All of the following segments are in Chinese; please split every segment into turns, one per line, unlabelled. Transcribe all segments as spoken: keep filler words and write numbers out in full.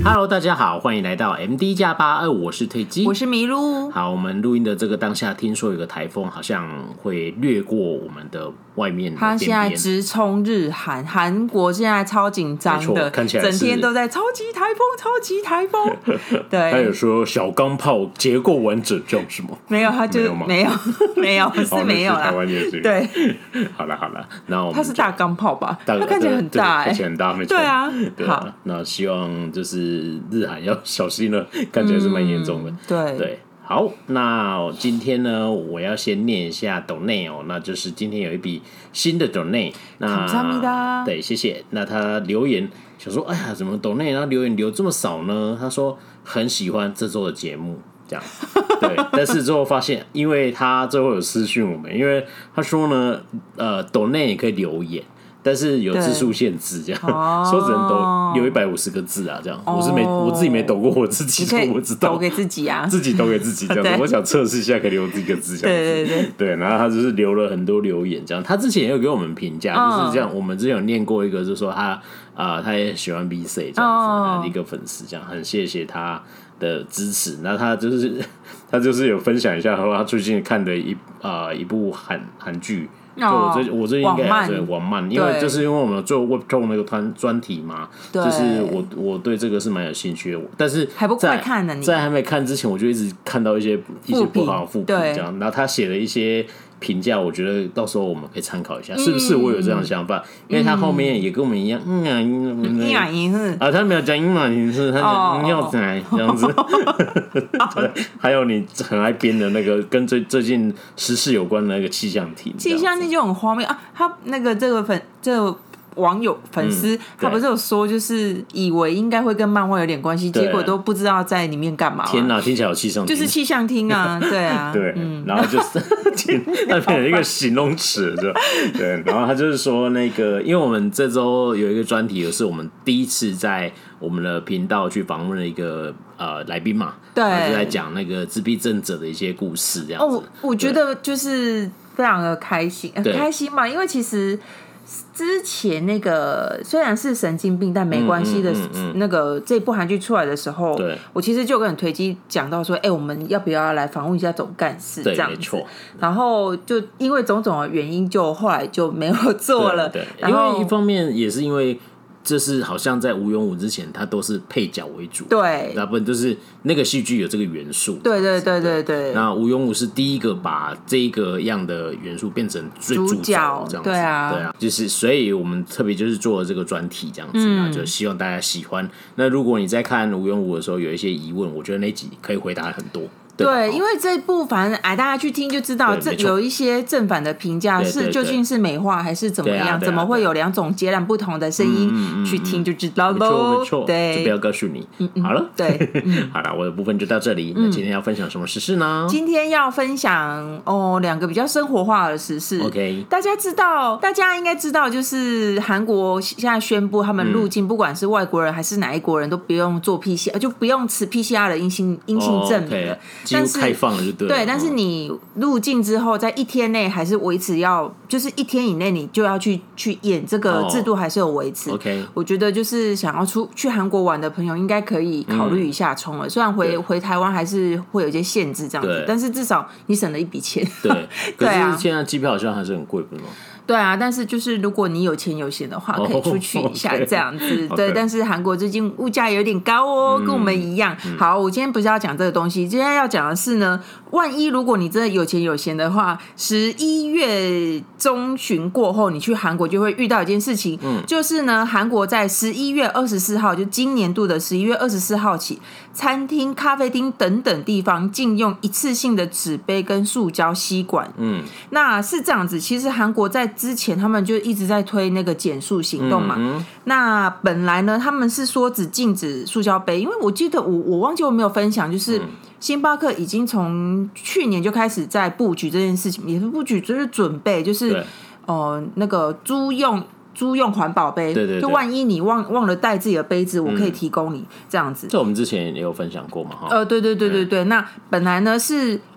Hello， 大家好，欢迎来到 M D 加八二，我是推机，
我是麋鹿。
好，我们录音的这个当下，听说有个台风好像会掠过我们的外面的边边，
他现在直冲日韩，韩国现在超紧张的，
看起来
整天都在超级台风，超级台风。对，
他有说小钢炮结构完整叫什么？
没有，他就没有没有是没有啦。
台湾也是。
对，
好了好了，那我们
他是大钢炮吧？他看起来很大、欸，
看起来很大，没错。
对啊，
对啊。那希望就是日韩要小心了，看起来是蛮严重的。
嗯、对
对。好，那今天呢，我要先念一下抖内哦，那就是今天有一笔新的抖内，那对，谢谢。那他留言想说，哎呀，怎么抖内然后留言留这么少呢？他说很喜欢这周的节目，这样。对，但是之后发现，因为他最后有私讯我们，因为他说呢，呃，抖内也可以留言。但是有字数限制，这样、哦、说只能抖留一百五十个字啊，这样、哦、我是没我自己没抖过，我自己都不知道，
抖给自己啊，
自己抖给自己这样子。我想测试一下，可以留几个字这样子。对对对，对。然后他就是留了很多留言，这样。他之前也有给我们评价，哦、就是这样。我们之前有念过一个，就是说他啊、呃，他也喜欢 B C 这样子、哦、一个粉丝，这样很谢谢他的支持。那他就是他就是有分享一下，他最近看的一啊、呃、一部韩韩剧。就我最我最近应该也是网漫，因为就是因为我们做 Webtoon 那个专专题嘛，就是我我对这个是蛮有兴趣的，但是
还不快看呢，你
在还没看之前，我就一直看到一些一些不好的负评这样，然后他写了一些评价，我觉得到时候我们可以参考一下，嗯、是不是我有这样的想法？因为他后面也跟我们一样，嗯啊，
英雅银是
啊，他没有讲英雅银是，他讲英耀仔这样子。对，还有你很爱编的那个跟最最近时事有关的那个气象题，
气象题就很荒谬啊！他那个这个粉这个。网友粉丝、嗯、他不是有说，就是以为应该会跟漫画有点关系，结果都不知道在里面干嘛、啊。
天哪，听起来有气象厅，
就是气象厅啊，对啊，
对，嗯、然后就是那变成一个形容词，对，然后他就是说那个，因为我们这周有一个专题，也是我们第一次在我们的频道去访问了一个呃来宾嘛，对，就在讲那个自闭症者的一些故事，这样子。
哦，我觉得就是非常的开心，很开心嘛，因为其实。之前那个虽然是神经病但没关系的那个这部韩剧出来的时候，我其实就跟推机讲到说，哎、欸，我们要不要来访问一下总干事这样子？然后就因为种种的原因，就后来就没有做了。
对，对，因为一方面也是因为。就是好像在吴永武之前，他都是配角为主，
对，
大部分就是那个戏剧有这个元素，
对对对对对。
那吴永武是第一个把这个样的元素变成最主角，这样子，
对啊，
对啊，就是所以我们特别就是做了这个专题这样子，嗯、就希望大家喜欢。那如果你在看吴永武的时候有一些疑问，我觉得那集可以回答很多。
对, 对，因为这一部反正哎，大家去听就知道，这有一些正反的评价是究竟是美化还是怎么样？啊啊、怎么会有两种截然不同的声音？嗯、去听就知道喽。没错，没错，
对，就不要告诉你。嗯、好了，
对，嗯、
好了，我的部分就到这里。那今天要分享什么时事呢？
今天要分享哦两个比较生活化的时事。
OK，
大家知道，大家应该知道，就是韩国现在宣布他们入境，嗯、不管是外国人还是哪一国人都不用做 P C R， 就不用持 P C R 的阴性阴性证明了，哦 okay、
几乎开放了。对,
对，但是你入境之后，在一天内还是维持要，就是一天以内你就要去去验，这个制度还是有维持。
哦、OK，
我觉得就是想要出去韩国玩的朋友，应该可以考虑一下冲了。嗯、虽然回回台湾还是会有一些限制这样子，但是至少你省了一笔钱。
对，可是现在机票好像还是很贵，不是吗？
对啊，但是就是如果你有钱有闲的话，可以出去一下这样子。Oh, okay. 对， okay. 但是韩国最近物价有点高哦，嗯、跟我们一样。嗯、好，我今天不是要讲这个东西，今天要讲的是呢，万一如果你真的有钱有闲的话，十一月中旬过后，你去韩国就会遇到一件事情，嗯、就是呢，韩国在十一月二十四号，就今年度的十一月二十四号起，餐厅、咖啡厅等等地方禁用一次性的纸杯跟塑胶吸管。嗯，那是这样子，其实韩国在之前他们就一直在推那个减塑行动嘛，嗯、那本来呢他们是说只禁止塑胶杯，因为我记得我我忘记我没有分享，就是星巴克已经从去年就开始在布局这件事情，也是布局就是准备，就是呃那个租用租用环保杯，对对对，就万一你忘忘了带自己的杯子，我可以提供你这样子。
这我们之前也有分享过嘛，哈。
呃，对对对对对，嗯、那本来呢是。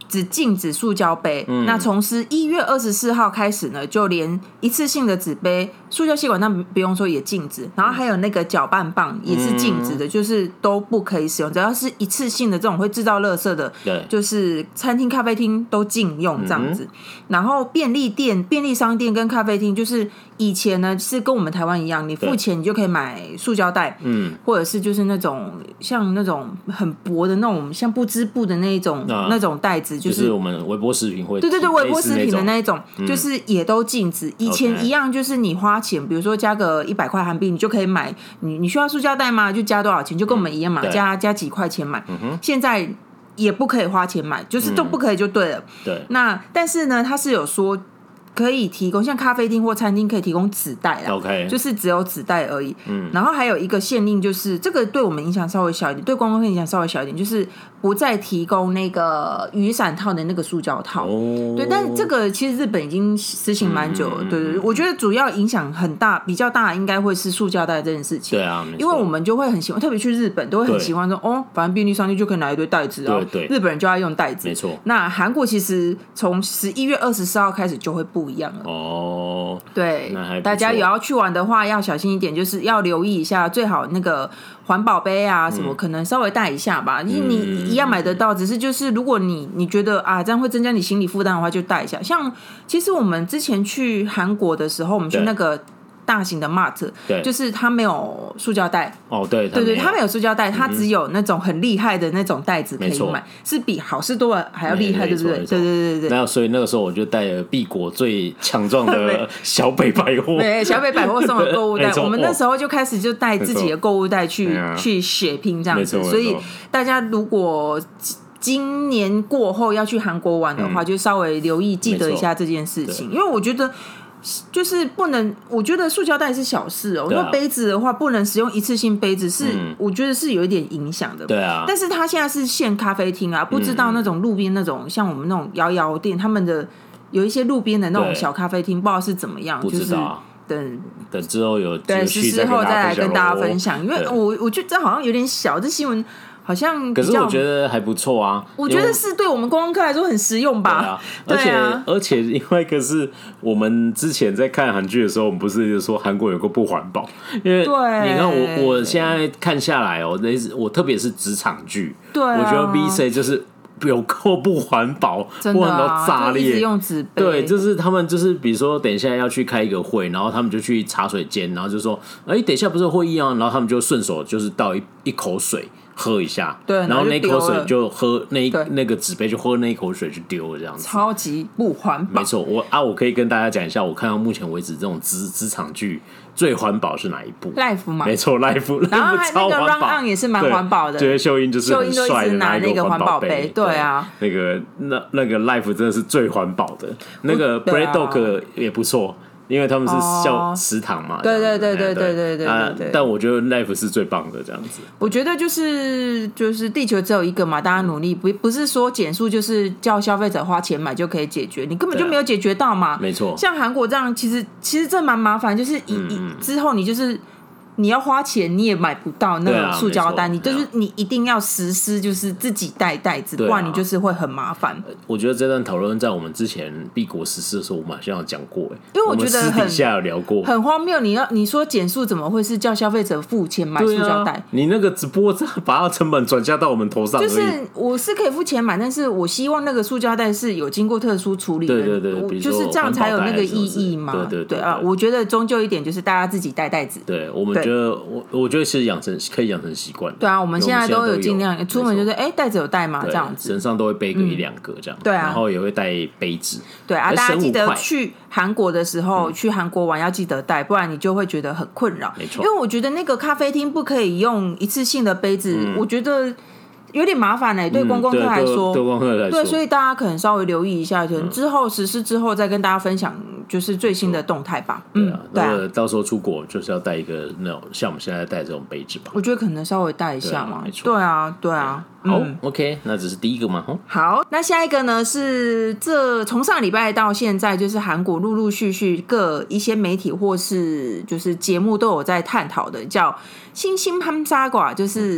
只禁止塑胶杯。嗯、那从十一月二十四号开始呢，就连一次性的纸杯、塑胶吸管，那不用说也禁止。然后还有那个搅拌棒也是禁止的，嗯、就是都不可以使用。只要是一次性的这种会制造垃圾的，
对，
就是餐厅、咖啡厅都禁用这样子。嗯、然后便利店、便利商店跟咖啡厅，就是以前呢是跟我们台湾一样，你付钱你就可以买塑胶袋，嗯，或者是就是那种像那种很薄的那种像不织布的那一种、啊、那种袋子，就是、
就是我们微波食品会
对对对微波食品的那一种，嗯、就是也都禁止。以前一样，就是你花钱，比如说加个一百块韩币，你就可以买。你你需要塑胶袋吗？就加多少钱，就跟我们一样嘛，嗯、加加几块钱买。嗯、现在也不可以花钱买，就是都不可以就对了。嗯、
对。
那但是呢，他是有说。可以提供像咖啡厅或餐厅可以提供纸袋啦
，OK，
就是只有纸袋而已。嗯，然后还有一个限令，就是这个对我们影响稍微小一点，对观光客影响稍微小一点，就是不再提供那个雨伞套的那个塑胶套。哦，对，但是这个其实日本已经实行蛮久了。嗯、对对对，我觉得主要影响很大、比较大，应该会是塑胶袋这件事情。
对啊，
因为我们就会很喜欢，特别去日本都会很喜欢说，哦，反正便利商店就可以拿一堆袋子哦。
对对，
日本人就要用袋子。
没错。
那韩国其实从十一月二十四号开始就会不一样了。
哦。哦，
对，大家有要去玩的话要小心一点，就是要留意一下，最好那个环保杯啊什么，可能稍微带一下吧。因为、嗯、你一样买得到，只是就是如果你你觉得啊这样会增加你行李负担的话，就带一下。像其实我们之前去韩国的时候，我们去那个大型的 Mart， 就是它没有塑胶袋。
哦，对，
对对，它没有塑胶袋，它只有那种很厉害的那种袋子可以买，是比好事多还要厉害，对不对？对对对对。
那所以那个时候我就带了碧果最强壮的小北百货，
对，小北百货送的购物袋，我们那时候就开始就带自己的购物袋去去血拼这样子，所以大家如果今年过后要去韩国玩的话，就稍微留意记得一下这件事情，因为我觉得。就是不能，我觉得塑胶袋是小事哦。如果杯子的话，不能使用一次性杯子，是、嗯、我觉得是有一点影响的。
对啊。
但是他现在是限咖啡厅啊，不知道那种路边那种、嗯、像我们那种摇摇店，他们的有一些路边的那种小咖啡厅，不知道是怎么样。
不知道、啊。
就是等
等之后有
对实施后再来跟大家分享，因为我我觉得这好像有点小，这新闻。好像
可是我觉得还不错啊，
我觉得是对我们观光客来说很实用吧。
对啊，而且、啊、而且另外一个是我们之前在看韩剧的时候，我们不是就说韩国有个不环保，因为你看我我现在看下来哦，我特别是职场剧，
对、啊，
我觉得 V C 就是有够不环保，不环保炸裂，
一直用纸杯。
对，就是他们就是比如说等一下要去开一个会，然后他们就去茶水间，然后就说哎、欸，等一下不是有会议啊，然后他们就顺手就是倒一一口水。喝一下，
对，
然后那口水就喝那那个纸杯就喝那一口水就丢了，这样子
超级不环保。
没错，我啊，我可以跟大家讲一下，我看到目前为止这种职职场剧最环保是哪一部
？Life 嘛，
没错 ，Life，
然后那个 Run On 也是蛮环保的，
觉得秀英就是很帅的
拿那个环保杯，对啊，
那个那那个 Life 真的是最环保的，那个 Bread Dog 也不错。因为他们是叫食堂嘛，
对对对对对对对
啊！但我觉得 Life 是最棒的，这样子。
我觉得就是就是地球只有一个嘛，大家努力不不是说减速就是叫消费者花钱买就可以解决，你根本就没有解决到嘛。
没错，
像韩国这样，其实其实这蛮麻烦，就是一、嗯、之后你就是。你要花钱，你也买不到那个塑胶袋，啊、你就是你一定要实施，就是自己带袋子，不然你就是会很麻烦。
我觉得这段讨论在我们之前闭国实施的时候，我们好像有讲过，
因为我觉得很
私底下有聊过，
很荒谬。你要你说减速怎么会是叫消费者付钱买塑胶袋、啊？
你那个只不过把它成本转嫁到我们头上而已。
就是我是可以付钱买，但是我希望那个塑胶袋是有经过特殊处理的，
对对对，
就是这样才有那个意义嘛。
对对 对, 对,
对啊，我觉得终究一点就是大家自己带袋子。
对，我们觉得我我。我觉得是养成可以养成习惯。
对啊，我们现在都有尽量出门就是哎，袋子有带吗？这样子，
身上都会背个一两个这样。
对啊，
然后也会带杯子。
对啊，大家记得去韩国的时候，去韩国玩要记得带，不然你就会觉得很困扰。
没错，
因为我觉得那个咖啡厅不可以用一次性的杯子，我觉得。有点麻烦哎、欸，对观光客来说，
对观光客来说，
对，所以大家可能稍微留意一下，可能之后实施之后再跟大家分享，就是最新的动态吧。
嗯，对啊，到时候出国就是要带一个那种像我们现在带这种杯子吧。
我觉得可能稍微带一下嘛，对啊，对啊。
好 ，OK， 那只是第一个嘛。
好，那下一个呢是这从上礼拜到现在，就是韩国陆陆续续各一些媒体或是就是节目都有在探讨的，叫新兴潘沙寡，就是。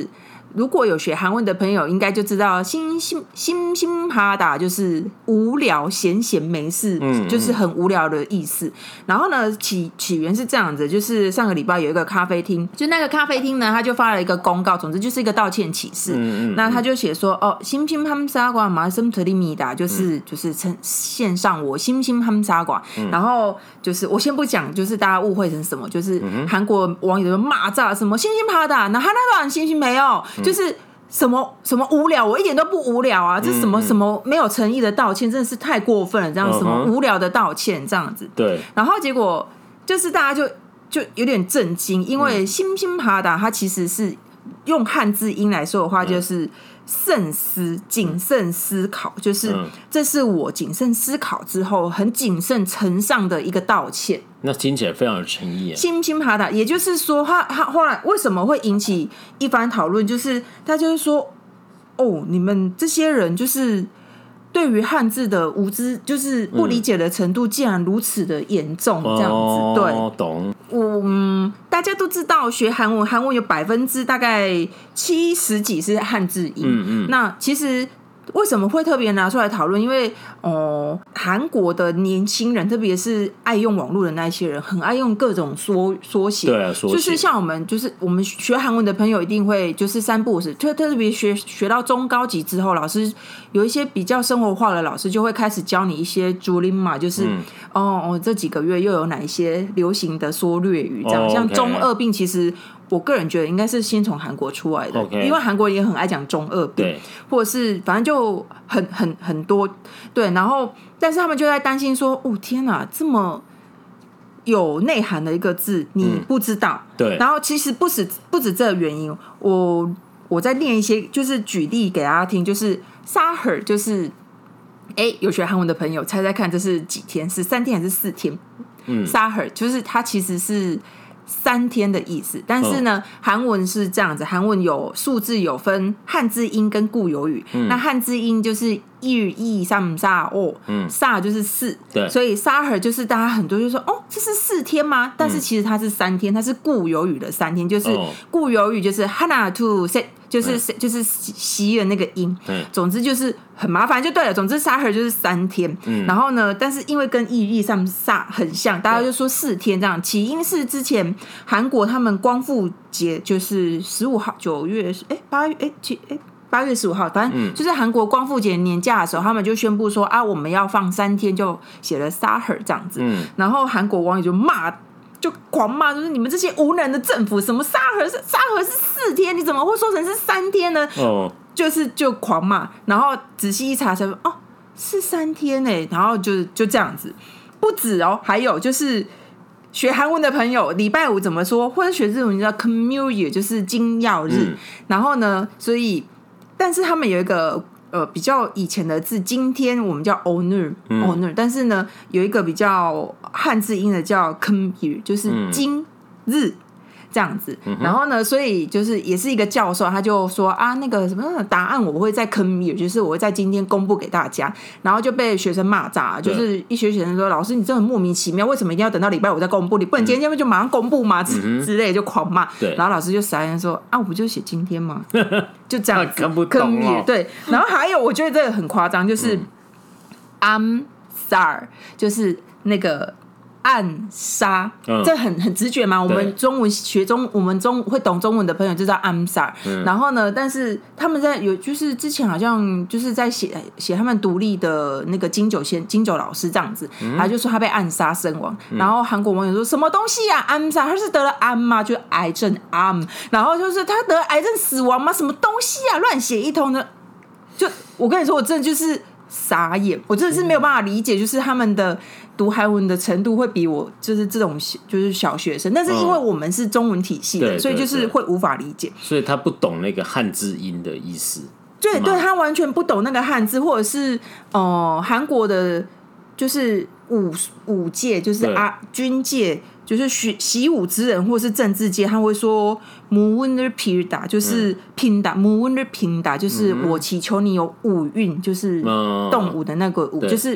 如果有学韩文的朋友，应该就知道心心心心哈达就是无聊、闲闲没事，嗯嗯就是很无聊的意思。然后呢，起起源是这样子，就是上个礼拜有一个咖啡厅，就那个咖啡厅呢，他就发了一个公告，总之就是一个道歉启事。嗯嗯嗯那他就写说，哦，心心함사과마슴드립니다，就是就是献上我心心함사과。然后就是我先不讲，就是大家误会成什么，就是韩国网友骂炸什么心心哈达，那哈那段心心没有。就是什么什么无聊，我一点都不无聊啊！这什么什么没有诚意的道歉，真的是太过分了。这样什么无聊的道歉，这样子。
对。
然后结果就是大家就就有点震惊，因为心心哈达它其实是用汉字音来说的话，就是慎思、谨慎思考，就是这是我谨慎思考之后很谨慎呈上的一个道歉。
那听起来非常有诚意。
心心哈达，也就是说他，他后来为什么会引起一番讨论？就是他就是说，哦，你们这些人就是对于汉字的无知，就是不理解的程度，竟然如此的严重，这样子。
哦、
对，
懂。
我嗯，大家都知道，学韩文，韩文有百分之大概七十几是汉字音。嗯嗯，那其实。为什么会特别拿出来讨论？因为哦，韩国的年轻人，特别是爱用网络的那些人，很爱用各种缩缩写。
对啊，缩写
就是像我们，就是我们学韩文的朋友，一定会就是三不五时，特特别学学到中高级之后，老师有一些比较生活化的老师，就会开始教你一些竹林嘛，就是、嗯、哦哦，这几个月又有哪一些流行的缩略语，这样、哦、像中二病，其实。我个人觉得应该是先从韩国出来的， okay, 因为韩国也很爱讲中二病，或者是反正就很很很多对，然后但是他们就在担心说，哦天哪，这么有内涵的一个字你不知道，嗯、对，然后其实不止不止这个原因，我我在念一些就是举例给大家听，就是沙赫就是哎有学韩文的朋友猜猜看这是几天？是三天还是四天？嗯，沙赫就是它其实是。三天的意思，但是呢，韩、哦、文是这样子，韩文有数字有分汉字音跟固有语，嗯、那汉字音就是一、一、三、三、哦，嗯，萨就是四，对，所以沙尔就是大家很多就说哦，这是四天吗？但是其实它是三天，它是固有语的三天，就是固有语就是 hana to set。就是、嗯、就是吸的那个音、嗯，总之就是很麻烦就对了。总之沙尔就是三天、嗯，然后呢，但是因为跟意义上萨很像，大家就说四天这样。起因是之前韩国他们光复节就是十五号，九月哎八月哎七哎八月十五号，反正就是韩国光复节年假的时候，他们就宣布说啊，我们要放三天，就写了沙尔这样子。嗯、然后韩国网友就骂。就狂骂，就是你们这些无能的政府，什么沙盒是沙盒是四天，你怎么会说成是三天呢？哦，就是就狂骂，然后仔细一查才说，哦，是三天哎，然后就就这样子，不止哦，还有就是学韩文的朋友，礼拜五怎么说，或者学日文叫 Commune， 就是金曜日、嗯，然后呢，所以但是他们有一个。呃，比较以前的字，今天我们叫 honor、嗯、honor， 但是呢，有一个比较汉字音的叫 come， 就是今日、嗯、这样子、嗯。然后呢，所以就是也是一个教授，他就说啊，那个什么答案我会在 come， 就是我会在今天公布给大家。然后就被学生骂炸，就是一些学生说，老师你真的很莫名其妙，为什么一定要等到礼拜五再公布？你不能今天就马上公布吗？嗯、之类就狂骂。然后老师就傻眼说啊，我不就写今天吗？就这样子，
看不懂哦。
对，然后还有，我觉得这个很夸张，就是暗杀，就是那个暗杀，嗯、这很很直觉嘛。我们中文学中，我们中会懂中文的朋友就知道暗杀、嗯。然后呢，但是他们在有，就是之前好像就是在写写他们独立的那个金九先金九老师这样子，嗯、他就说他被暗杀身亡。嗯、然后韩国网友说什么东西啊？暗杀？他是得了癌吗？就癌症癌。然后就是他得了癌症死亡吗？什么东西啊？乱写一通的。就我跟你说，我真的就是傻眼，我真的是没有办法理解，就是他们的读韩文的程度会比我就是这种就是小学生，但是因为我们是中文体系的，嗯、所以就是会无法理解，
所以他不懂那个汉字音的意思。
对对，他完全不懂那个汉字，或者是呃韩国的，就是武武界，就是啊军界。就是习武之人或是政治界，他会说무운을 빌다，就是拼打，무운을拼打，就是我祈求你有武运，就是动武的那个武，就是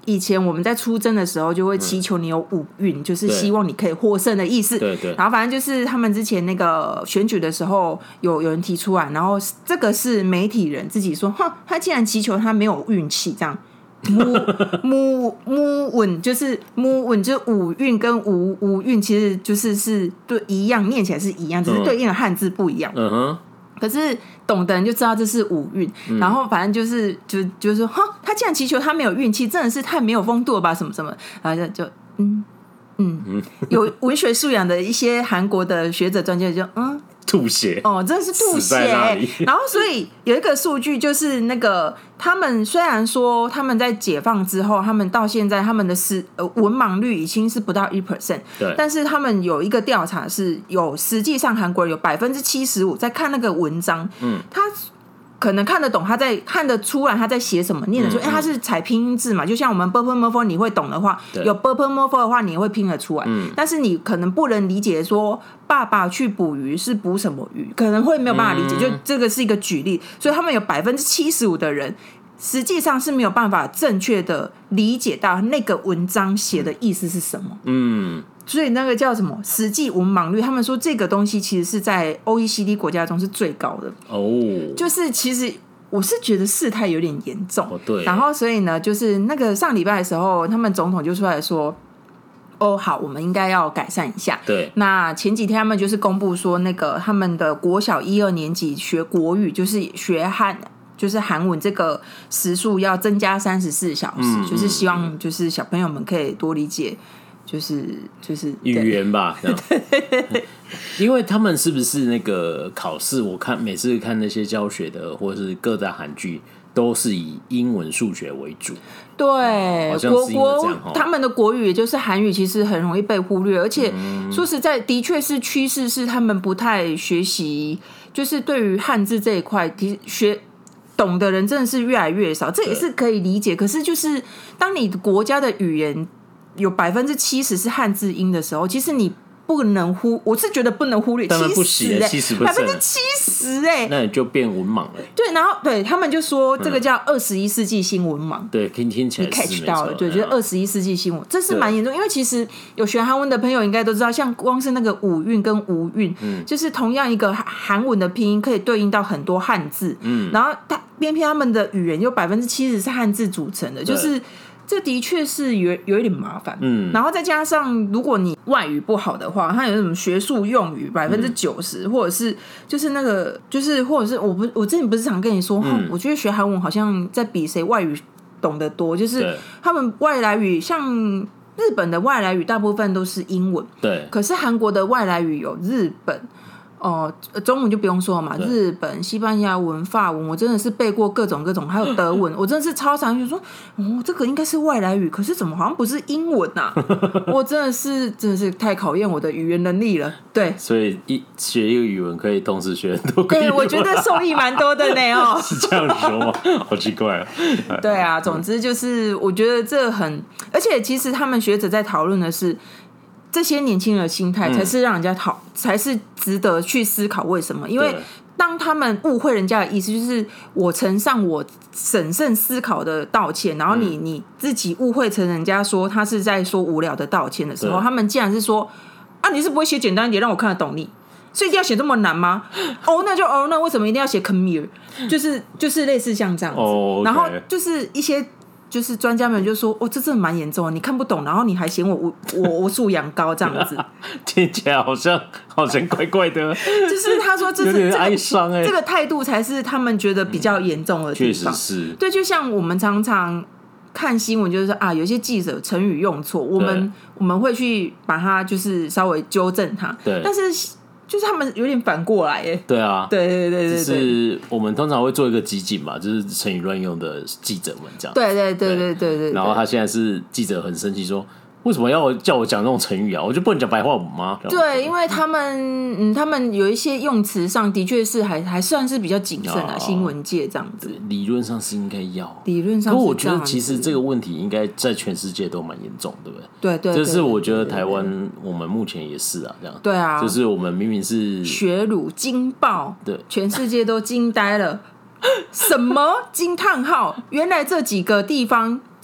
以前我们在出征的时候就会祈求你有五运、嗯、就是希望你可以获胜的意思。
对对。
然后反正就是他们之前那个选举的时候有有人提出来，然后这个是媒体人自己说，哼，他竟然祈求他没有运气这样。木木木稳就是木稳，就是五运跟五五运其实就是是对一样，念起来是一样，只是对应的汉字不一样。嗯哼。可是懂的人就知道这是五运、嗯，然后反正就是就就是说，哈，他既然祈求他没有运气，真的是太没有风度了吧？什么什么，然后就就嗯嗯，嗯有文学素养的一些韩国的学者专家就嗯。
吐血
哦，真的是吐血。然后，所以有一个数据，就是那个他们虽然说他们在解放之后，他们到现在他们的是呃文盲率已经是不到一 percent， 对，但是他们有一个调查是有实际上韩国人有百分之七十五在看那个文章，嗯，他可能看得懂，他在看得出来他在写什么，念得出，哎、嗯嗯，他是采拼音字嘛，就像我们 purple morpho 你会懂的话，有 purple morpho 的话，你也会拼得出来、嗯，但是你可能不能理解说爸爸去捕鱼是捕什么鱼，可能会没有办法理解，嗯、就这个是一个举例，所以他们有百分之七十五的人实际上是没有办法正确的理解到那个文章写的意思是什么，嗯。所以那个叫什么实际文盲率，他们说这个东西其实是在 O E C D 国家中是最高的哦。就是其实我是觉得事态有点严重、哦、对。然后所以呢，就是那个上礼拜的时候，他们总统就出来说，哦，好，我们应该要改善一下。对。那前几天他们就是公布说，那个他们的国小一二年级学国语，就是学汉。就是韩文这个时数要增加三十四小时、嗯，就是希望就是小朋友们可以多理解。就是就是
语言吧，这样因为他们是不是那个考试？我看每次看那些教学的，或者是各大韩剧，都是以英文、数学为主。
对，
好像是因为这样，
国国他们的国语也就是韩语，其实很容易被忽略，而且、嗯、说实在，的确是趋势是他们不太学习，就是对于汉字这一块，学。懂的人真的是越来越少，这也是可以理解。可是，就是当你国家的语言有百分之七十是汉字音的时候，其实你不能忽，我是觉得不能忽略，
当然不行，七十
百分之七十哎，
那你就变文盲了。
对，然后对他们就说这个叫二十一世纪新文盲，
嗯、对，听听起来
你 catch 到了，对，觉得二十一世纪新文，这是蛮严重，因为其实有学韩文的朋友应该都知道，像光是那个五韵跟无韵、嗯，就是同样一个韩文的拼音可以对应到很多汉字，嗯，然后他偏偏他们的语言有百分之七十是汉字组成的，就是。这的确是有有一点麻烦，嗯，然后再加上如果你外语不好的话，它有什么学术用语百分之九十，或者是就是那个就是或者是我不我之前不是常跟你说，嗯、我觉得学韩文好像在比谁外语懂得多，就是他们外来语像日本的外来语大部分都是英文，对，可是韩国的外来语有日本。哦，中文就不用说了嘛，日本、西班牙文、法文，我真的是背过各种各种，还有德文，我真的是超常就说，哦，这个应该是外来语，可是怎么好像不是英文啊？我真的是真的是太考验我的语言能力了。对，
所以一学一个语文可以同时学很多个语文。
对，我觉得受益蛮多的呢。哦，
是这样说吗？好奇怪啊。
对啊，总之就是我觉得这很，而且其实他们学者在讨论的是。这些年轻人的心态才是让人家讨、嗯，才是值得去思考为什么？因为当他们误会人家的意思，就是我呈上我审慎思考的道歉，然后你、嗯、你自己误会成人家说他是在说无聊的道歉的时候，他们竟然是说啊，你是不会写简单一点让我看得懂你，所以一定要写这么难吗？哦，那就哦，那为什么一定要写 come here？ 就是就是类似像这样子，哦 okay、然后就是一些。就是专家们就说：“哦，这真的蛮严重的，你看不懂，然后你还嫌我我我素养高这样子，
听起来好像好像怪怪的。”
就是他说这是
有点哀伤哎、欸，
这个态度才是他们觉得比较严重的地方。确、嗯、实是，对，就像我们常常看新闻，就是说啊，有些记者成语用错，我们我们会去把它就是稍微纠正它，对，但是。就是他们有点反过来耶。
对啊，
对对对对对，
就是我们通常会做一个集锦嘛，就是成语乱用的记者们这样。
对对对对对 对, 对。
然后他现在是记者很生气说。为什么要叫我讲那种成语啊？我就不能讲白话吗？
对，因为他们，嗯，他们有一些用词上的确是还还算是比较谨慎啊、哦，新闻界这样子。
理论上是应该要，
理论上是这样子。可
我觉得其实这个问题应该在全世界都蛮严重，对不对？
对 对, 对, 对, 对, 对, 对, 对, 对，这
是我觉得台湾我们目前也是啊，这样。
对啊，
就是我们明明是
学儒惊爆，对，全世界都惊呆了。什么惊叹号？原来这几个地方。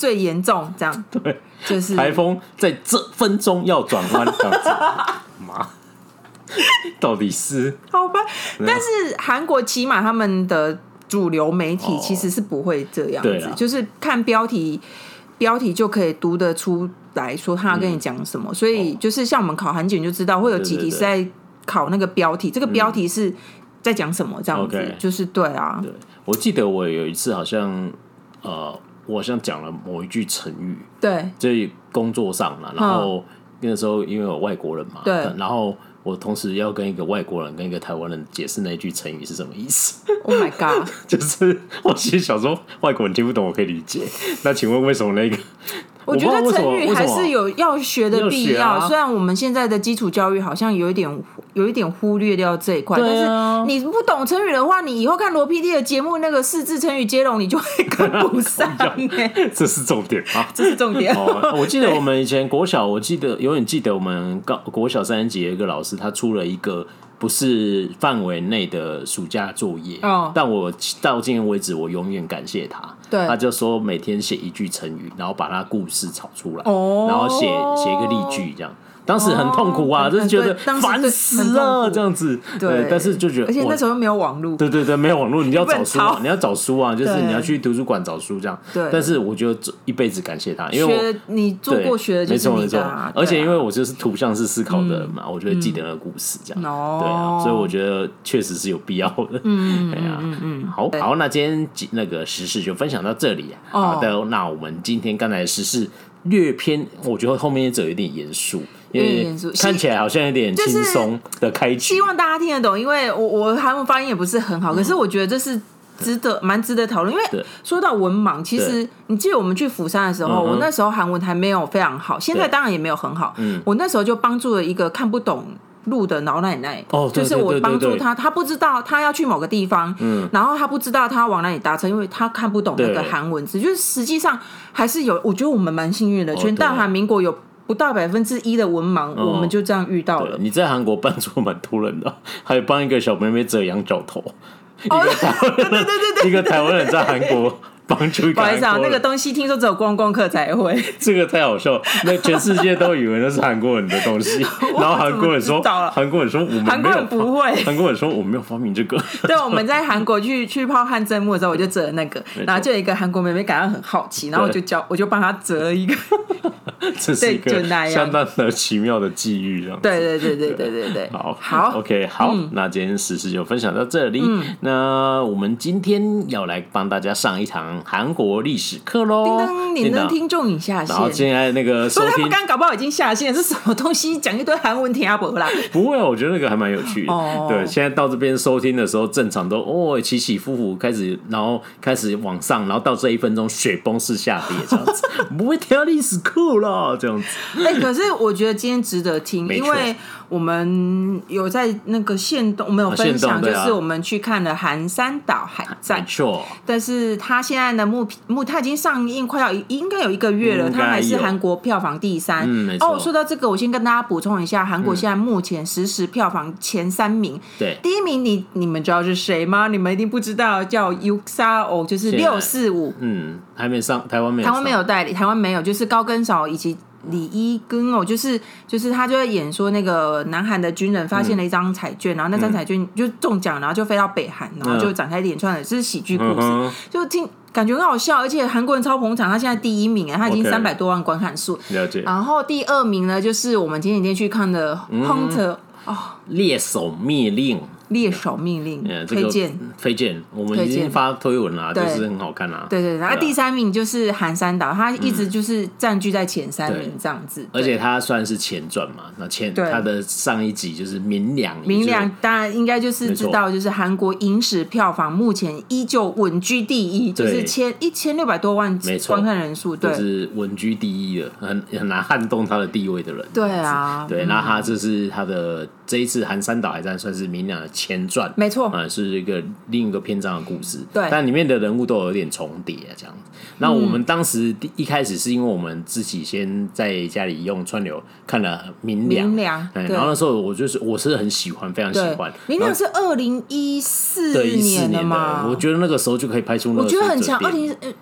最严重，这样
对，
就是
台风在这分钟要转弯这样子，妈，到底是
好吧？但是韩国起码他们的主流媒体其实是不会这样子，哦、就是看标题，标题就可以读得出来说他要跟你讲什么、嗯，所以就是像我们考韩检就知道会有几题是在考那个标题，对对对，这个标题是在讲什么这样子，嗯、就是对啊。
对，我记得我有一次好像呃，我好像讲了某一句成语，
对，
在工作上了，然后那个时候因为有外国人嘛，
对，
然后。我同时要跟一个外国人跟一个台湾人解释那句成语是什么意思。
Oh my god！
就是我其实想说外国人听不懂，我可以理解。那请问为什么那个？
我觉得成语还是有要学的必要。要啊、虽然我们现在的基础教育好像有一点有一点忽略掉这一块、啊，但是你不懂成语的话，你以后看罗 P D 的节目，那个四字成语接龙，你就会跟不上、欸。
这是重点啊！
这是重点。
哦、我记得我们以前国小，我记得永远记得我们高国小三年级有一个老师，他出了一个不是范围内的暑假作业，哦、但我到今天为止，我永远感谢他。对，他就说每天写一句成语，然后把他故事炒出来，哦、然后写写一个例句这样。当时很痛苦啊，哦、就是觉得烦死了这样子。对，但是就觉得，
而且那时候又没有网络。
对对对，没有网络，你要找书啊，你要找书啊，就是你要去图书馆找书这样。对。但是我就一辈子感谢他，因为我
你做过学的就是你的、啊，
而且因为我就是图像式思考的人嘛，嗯、我就会记得那个故事这样。哦、嗯。对啊，所以我觉得确实是有必要的。嗯对啊，嗯嗯。好好，那今天那个时事就分享到这里。好的，哦、那我们今天刚才的时事略偏，我觉得后面这有点严肃。因为看起来好像有点轻松的开局、
就是，希望大家听得懂。因为我我韩文发音也不是很好，嗯、可是我觉得这是值得蛮值得讨论。因为说到文盲，其实你记得我们去釜山的时候，我那时候韩文还没有非常好，现在当然也没有很好。我那时候就帮助了一个看不懂路的老奶奶，哦、就是我帮助她，她不知道她要去某个地方，嗯、然后她不知道她要往哪里搭车，因为她看不懂那个韩文字。就是实际上还是有，我觉得我们蛮幸运的，全大韩民国有不到百分之一的文盲、哦，我们就这样遇到了。
你在韩国帮助蛮多人的，还有帮一个小妹妹折羊角头。哦、一个台湾人，对对对对，一个台湾人在韩国帮助一个韩国人。不好意思啊，
那个东西听说只有观光客才会。
这个太好笑，那全世界都以为那是韩国人的东西，然后韩国人说，韩国人说我们没有，
韩国人不会，
韩国人说我没有发明这个。
对，我们在韩国去去泡汗蒸木的时候，我就折了那个，然后就有一个韩国妹妹感到很好奇，然后我就教，我就帮她折了一个。
这是一个相当的奇妙的际遇，这样子。
对对对对对对对。
好，
好
，OK， 好，嗯、那今天时事就分享到这里。嗯、那我们今天要来帮大家上一堂韩国历史课喽。
叮当，你的听众已下线。
然后现在那个收听，
刚刚搞不好已经下线，是什么东西？讲一堆韩文听不啦？
不会啊，我觉得那个还蛮有趣的。哦、对，现在到这边收听的时候，正常都哦起起伏伏，开始，然后开始往上，然后到这一分钟雪崩式下跌，这样子，不会听历史课了。这样子，
哎、欸，可是我觉得今天值得听，因为我们有在那个限动，我们有分享，就是我们去看了韩三岛海战，
没错。
但是他现在的幕幕，他已经上映快要应该有一个月了，他还是韩国票房第三。嗯，没错。哦，说到这个，我先跟大家补充一下，韩国现在目前实时票房前三名，对、嗯，第一名你你们知道是谁吗？你们一定不知道，叫 Yuksao， 就是六四五，
嗯，还没上，台湾没有，
台湾没有代理，台湾没有，就是高跟嫂以及李一根哦，就是就是他就在演说那个南韩的军人发现了一张彩券，嗯、然后那张彩券就中奖，然后就飞到北韩，然后就展开连串的，这、就是喜剧故事，嗯、就听感觉很好笑，而且韩国人超捧场，他现在第一名哎，他已经三百多万观看数，
了解。
然后第二名呢，就是我们前几天去看的《Hunter》哦，
猎手灭令。
猎手命令、嗯、推荐
推荐，我们已经发推文啦，就是很好看啦。
对对，然后第三名就是韩三岛，他一直就是占据在前三名这样子，
而且他算是前传嘛，那前他的上一集就是明良，
明良当然应该就是知道，就是韩国影史票房目前依旧稳居第一，就是千一千六百多万观看人数，对，
就是稳居第一的，很很难撼动他的地位的人。
对啊，
对，那他这是他的这一次韩三岛海战算是明良的前传，
没错，
嗯，是一个另一个篇章的故事，
对，
但里面的人物都有点重叠这样。那我们当时一开始是因为我们自己先在家里用串流看了明良，
明良，
嗯，然后那时候我就是我是很喜欢，非常喜欢。
明良是二零一四年的嘛，
我觉得那个时候就可以拍出那个，
我觉得很强，二零。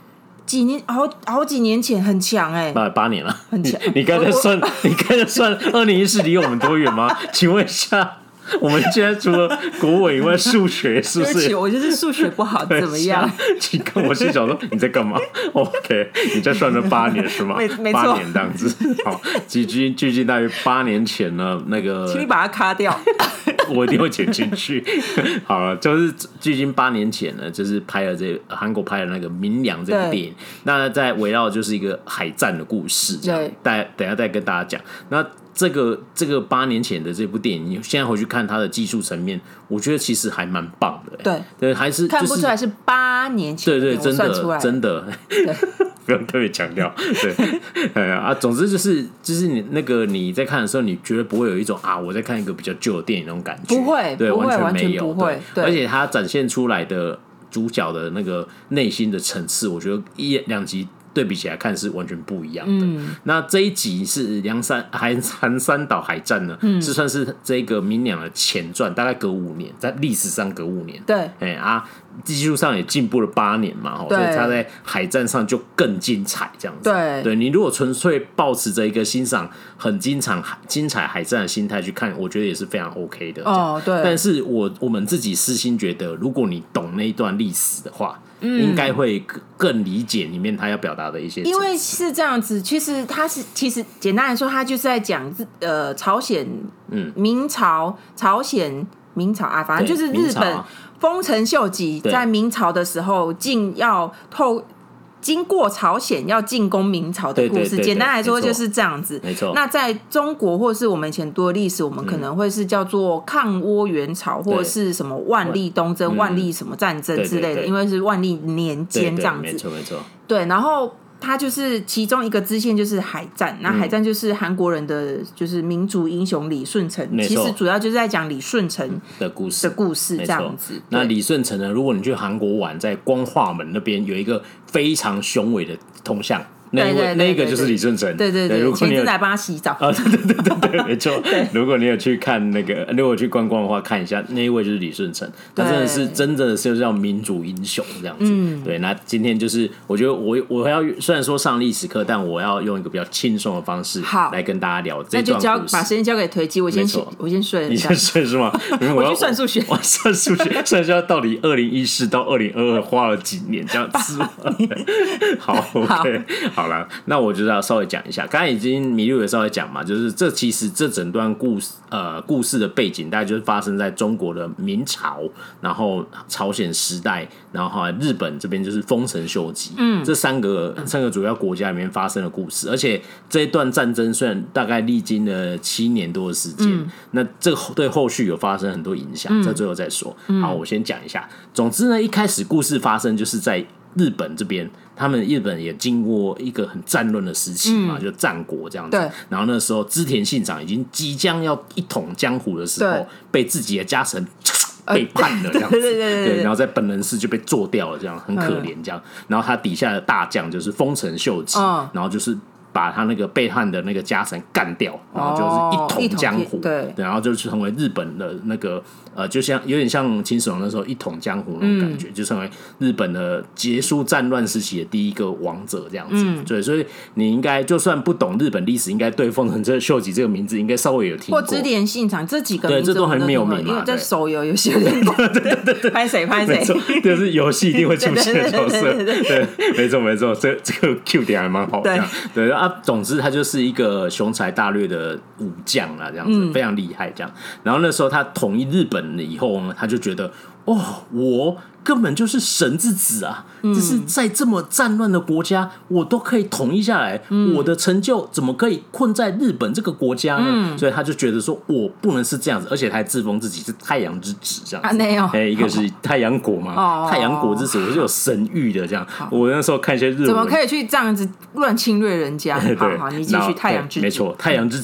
几年好好几年前很强哎、欸，
八八年了，
很强。
你刚才算，你刚才算二零一四离我们多远吗？请问一下。我们现在除了国文以外，数学是不是？
对不起，我就是数学不好，怎么样？
你跟我心想说你在干嘛 ？OK， 你在算了八年是吗？
没没错，
八年这样子。好，距今距今大约八年前呢，那个，
请你把它卡掉，
我一定会剪进去。好了，就是距今八年前呢，就是拍了这韩国拍的那个《明良》这部电影，那在围绕就是一个海战的故事，对，待等一下再跟大家讲。那这个这个八年前的这部电影，你现在回去看它的技术层面，我觉得其实还蛮棒的、欸。
对
对，还是、就是、
看不出来是八年前，
对对，真的真的，不用特别强调。对，啊，总之就是就是你那个你在看的时候，你绝对不会有一种啊我在看一个比较旧的电影那种感觉，
不会，
对，
不会
完全没有，
不会，
对，而且它展现出来的主角的那个内心的层次，我觉得一两集。对比起来看是完全不一样的。嗯、那这一集是梁山韩韩三岛海战呢，嗯、是算是这个明良的前传，大概隔五年，在历史上隔五年。
对，
哎啊，技术上也进步了八年嘛，所以他在海战上就更精彩，这样子。
对，
对你如果纯粹抱持着一个欣赏很精彩精彩海战的心态去看，我觉得也是非常 OK 的。哦，
对。
但是我我们自己私心觉得，如果你懂那一段历史的话。嗯、应该会更理解里面他要表达的一些，
因为是这样子，其实他是其实简单来说，他就是在讲呃朝鲜、嗯明朝、朝鲜、明朝啊，反正就是日本丰臣秀吉在明朝的时候进要透。经过朝鲜要进攻明朝的故事，对对对对，简单来说就是这样子。
没错。
那在中国或是我们以前读的历史，我们可能会是叫做抗倭援朝，或者是什么万历东征、嗯、万历什么战争之类的，对对对，因为是万历年间这样子。
对对，没错没错。
对，然后。它就是其中一个支线，就是海战。那海战就是韩国人的，就是民族英雄李舜臣。其实主要就是在讲李舜臣
的故事
的故事这样子。
那李舜臣呢？如果你去韩国玩，在光化门那边有一个非常雄伟的铜像。那一位，那一个就是李舜臣。
对对对，如果你有来帮他洗澡
啊，对对对对对，没错。如果你有去看那个，如果去观光的话，看一下那一位就是李舜臣，他真的是真的是叫民主英雄这样子。嗯，对。那今天就是我觉得我我要虽然说上历史课，但我要用一个比较轻松的方式来跟大家聊这段故事。
那就交把时间交给推机，我先我先睡了。
你先睡是吗？
我去算数学，
我算数学，算一下到底二零一四到二零二二花了几年这样子。好 ，OK， 好了，那我就。就是要稍微讲一下，刚才已经麋鹿也稍微讲嘛，就是这其实这整段故事呃故事的背景，大概就是发生在中国的明朝，然后朝鲜时代，然后后来日本这边就是丰臣秀吉，嗯，这三个三个主要国家里面发生的故事，而且这一段战争虽然大概历经了七年多的时间，嗯、那这个对后续有发生很多影响，在最后再说。嗯、好，我先讲一下。总之呢，一开始故事发生就是在日本这边，他们日本也经过一个很战乱的时期嘛，嗯、就战国这样子。然后那时候织田信长已经即将要一统江湖的时候，被自己的家臣背叛了这样子，对, 对, 对, 对, 对，然后在本能寺就被做掉了，这样很可怜这样。然后他底下的大将就是丰臣秀吉，嗯、然后就是把他那个背叛的那个家臣干掉，然后就是一统江湖，哦、对, 对，然后就成为日本的那个。呃，就像有点像秦始皇那时候一统江湖那种感觉，嗯、就成为日本的结束战乱时期的第一个王者这样子。嗯、对，所以你应该就算不懂日本历史，应该对丰臣秀吉这个名字应该稍微有听过。
或织田信长这几个名字，
对，这都很有名嘛。
因为在手游游戏有点过，对对对对，拍谁拍谁，
就是游戏一定会出现的角色。对，没错没错，这这个 Q 点还蛮好的。对对啊，总之他就是一个雄才大略的武将啊，这样子、嗯、非常厉害这样。然后那时候他统一日本以后呢，他就觉得哦，我根本就是神之子啊！嗯、就是在这么战乱的国家，我都可以统一下来，嗯、我的成就怎么可以困在日本这个国家呢？嗯、所以他就觉得说，我不能是这样子，而且他还自封自己是太阳之子这样子。啊，没有，哎，一个是太阳国嘛，哦、太阳国之子，我是有神谕的这样。我那时候看一些日文，
怎么可以去这样子乱侵略人家？对，好好，你继续，太阳之子，
没错，太阳之子就觉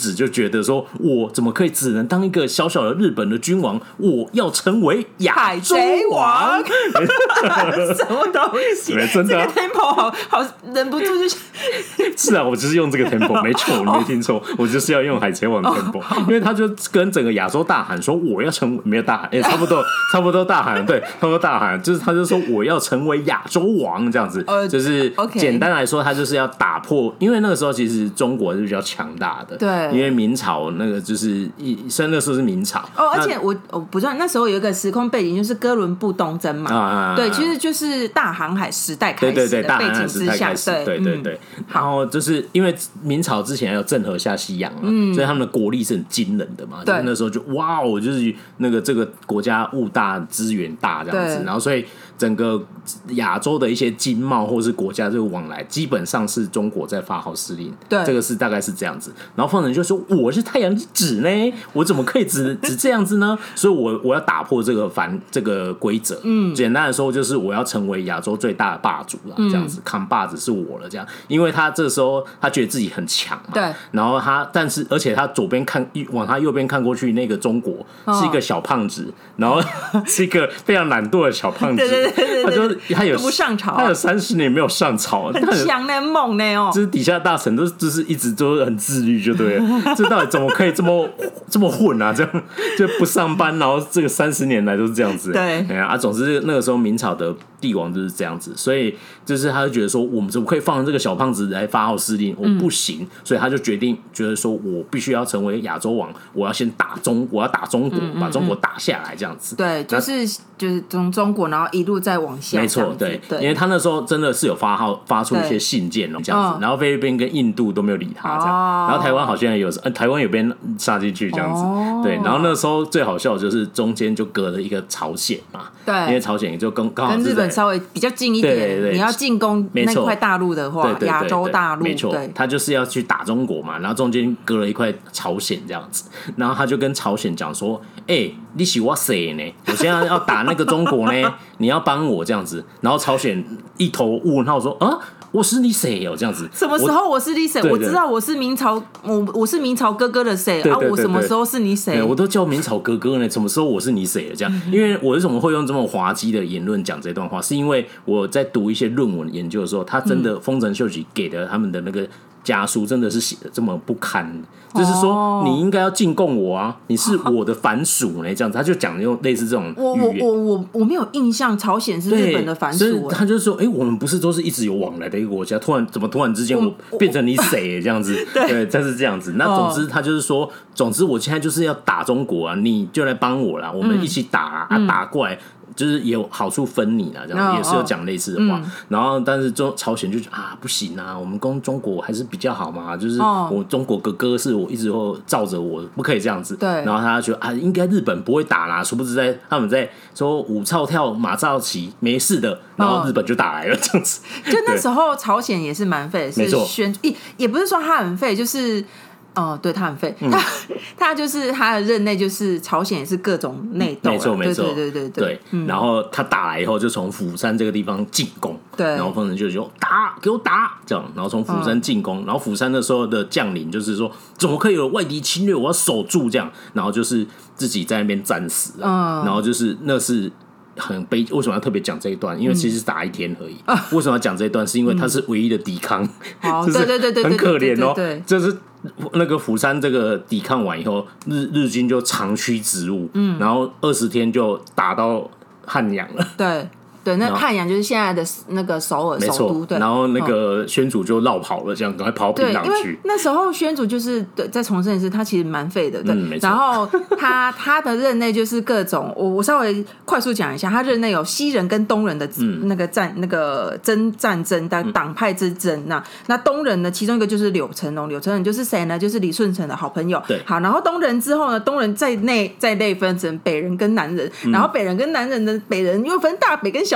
觉得说，我怎么可以只能当一个小小的日本的君王？我要成为亚洲王，
什么东西？
真的、啊，
这个 tempo 好好忍不住就。
是啊，我就是用这个 tempo， 没错，你没听错，我就是要用海贼王的 tempo，、哦、因为他就跟整个亚洲大喊说，我要成为没有大喊，哎、欸，差不多，差不多大喊，对，差不多大喊，就是他就说我要成为亚洲王这样子，呃、就是简单来说，他就是要打破，因为那个时候其实中国是比较强大的，
对，
因为明朝那个就是虽然那时候是明朝，
哦，而且我我不知道那时候有一个时空背景，就是哥伦布东征嘛，啊、对，其实就是大航海时代开始的背景之下，
对对对对，嗯、然后就是因为明朝之前还有郑和下西洋嘛，嗯、所以他们的国力是很惊人的嘛，就是那时候就哇哦，就是那个这个国家物大资源大这样子，然后所以整个亚洲的一些经贸或是国家这个往来，基本上是中国在发号施令，对，这个是大概是这样子。然后方人就说：“我是太阳之子呢，我怎么可以只只这样子呢？所以我我要打破这个反这个规则。嗯，简单的说就是我要成为亚洲最大的霸主了，这样子，扛把子是我了，这样。因为他这个时候他觉得自己很强嘛，对。然后他但是而且他左边看往他右边看过去，那个中国是一个小胖子，然后是一个非常懒惰的小胖子。对对对对对，他就他有
不上朝，
他有三十年没有上朝，
很强呢，猛呢哦。
就是底下大臣都就是一直都很自律，就对了。这到底怎么可以这么这么混啊？这样就不上班，然后这个三十年来都是这样子。对，哎啊，总之那个时候明朝的帝王就是这样子，所以就是他就觉得说，我们怎么可以放这个小胖子来发号施令？我不行，嗯、所以他就决定觉得说我必须要成为亚洲王，我要先打中，我要打中国，嗯嗯嗯把中国打下来，这样子。
对，就是就是从中国，然后一路再往下。
没错，对，对，因为他那时候真的是有发号发出一些信件哦，这样子，然后菲律宾跟印度都没有理他，这样，哦、然后台湾好像也有，呃，台湾有被杀进去这样子，哦、对，然后那时候最好笑的就是中间就隔了一个朝鲜嘛，对，因为朝鲜也就跟刚好
跟日本稍微比较近一点，对对对，你要进攻那块大陆的话，亚洲大陆，
没错，他就是要去打中国嘛，然后中间隔了一块朝鲜这样子，然后他就跟朝鲜讲说，哎、欸，你是我谁呢？我现在要打那个中国呢，你要帮我这样子，然后朝鲜一头雾号说啊。我是你谁哦？这样子，
什么时候我是你谁？我知道我是明朝，我我是明朝哥哥的谁啊？我什么时候是你谁？
我都叫明朝哥哥呢，什么时候我是你谁了？这样，因为我为什么会用这么滑稽的言论讲这段话，是因为我在读一些论文研究的时候，他真的丰臣秀吉给的他们的那个家书真的是写的这么不堪，就是说你应该要进贡我啊，你是我的藩属呢，这样子，他就讲用类似这种
我我我我我没有印象，朝鲜是日本的藩属，
他就说，哎、欸，我们不是都是一直有往来的一个国家，突然怎么突然之间我变成你谁这样子？对，但是这样子。那总之他就是说，总之我现在就是要打中国啊，你就来帮我啦，我们一起打啊，嗯、啊打过来。就是也有好处分你啦，这样、oh, 也是有讲类似的话。嗯、然后，但是中朝鲜就觉得啊，不行啊，我们跟中国还是比较好嘛。就是我中国哥哥是我一直会罩着我，不可以这样子。对。然后他觉得啊，应该日本不会打啦，殊不知在他们在说舞操跳马照骑没事的，然后日本就打来了这样子。
就那时候朝鲜也是蛮废，是宣也也不是说他很废，就是。哦，对他很废，嗯、他他就是他的任内就是朝鲜也是各种内斗，
没错没错，
对对对对
对。嗯、然后他打来以后，就从釜山这个地方进攻，对，然后丰臣秀吉就打，给我打，这样，然后从釜山进攻，嗯、然后釜山那时候的将领就是说，怎么可以有外敌侵略？我要守住这样，然后就是自己在那边战死了，嗯、然后就是那是。很悲，为什么要特别讲这一段？因为其实打一天而已。嗯、为什么要讲这一段？是因为他是唯一的抵抗，
嗯、就是
很可怜哦。就是那个釜山这个抵抗完以后，日日军就长驱直入，嗯，然后二十天就打到汉阳了。
对。对，那汉阳就是现在的那个首尔首都，对。
然后那个宣祖就绕跑了，这样赶快跑平壤去。
那时候宣祖就是对，再重申一次，他其实蛮废的，对。嗯、然后他他的任内就是各种，我我稍微快速讲一下，他任内有西人跟东人的那个战、嗯、那个争战争的党派之争。那那东人呢，其中一个就是柳成龙，柳成龙就是谁呢？就是李舜臣的好朋友。对。好，然后东人之后呢，东人在内在内分成北人跟南人，嗯、然后北人跟南人的北人又分大北跟小。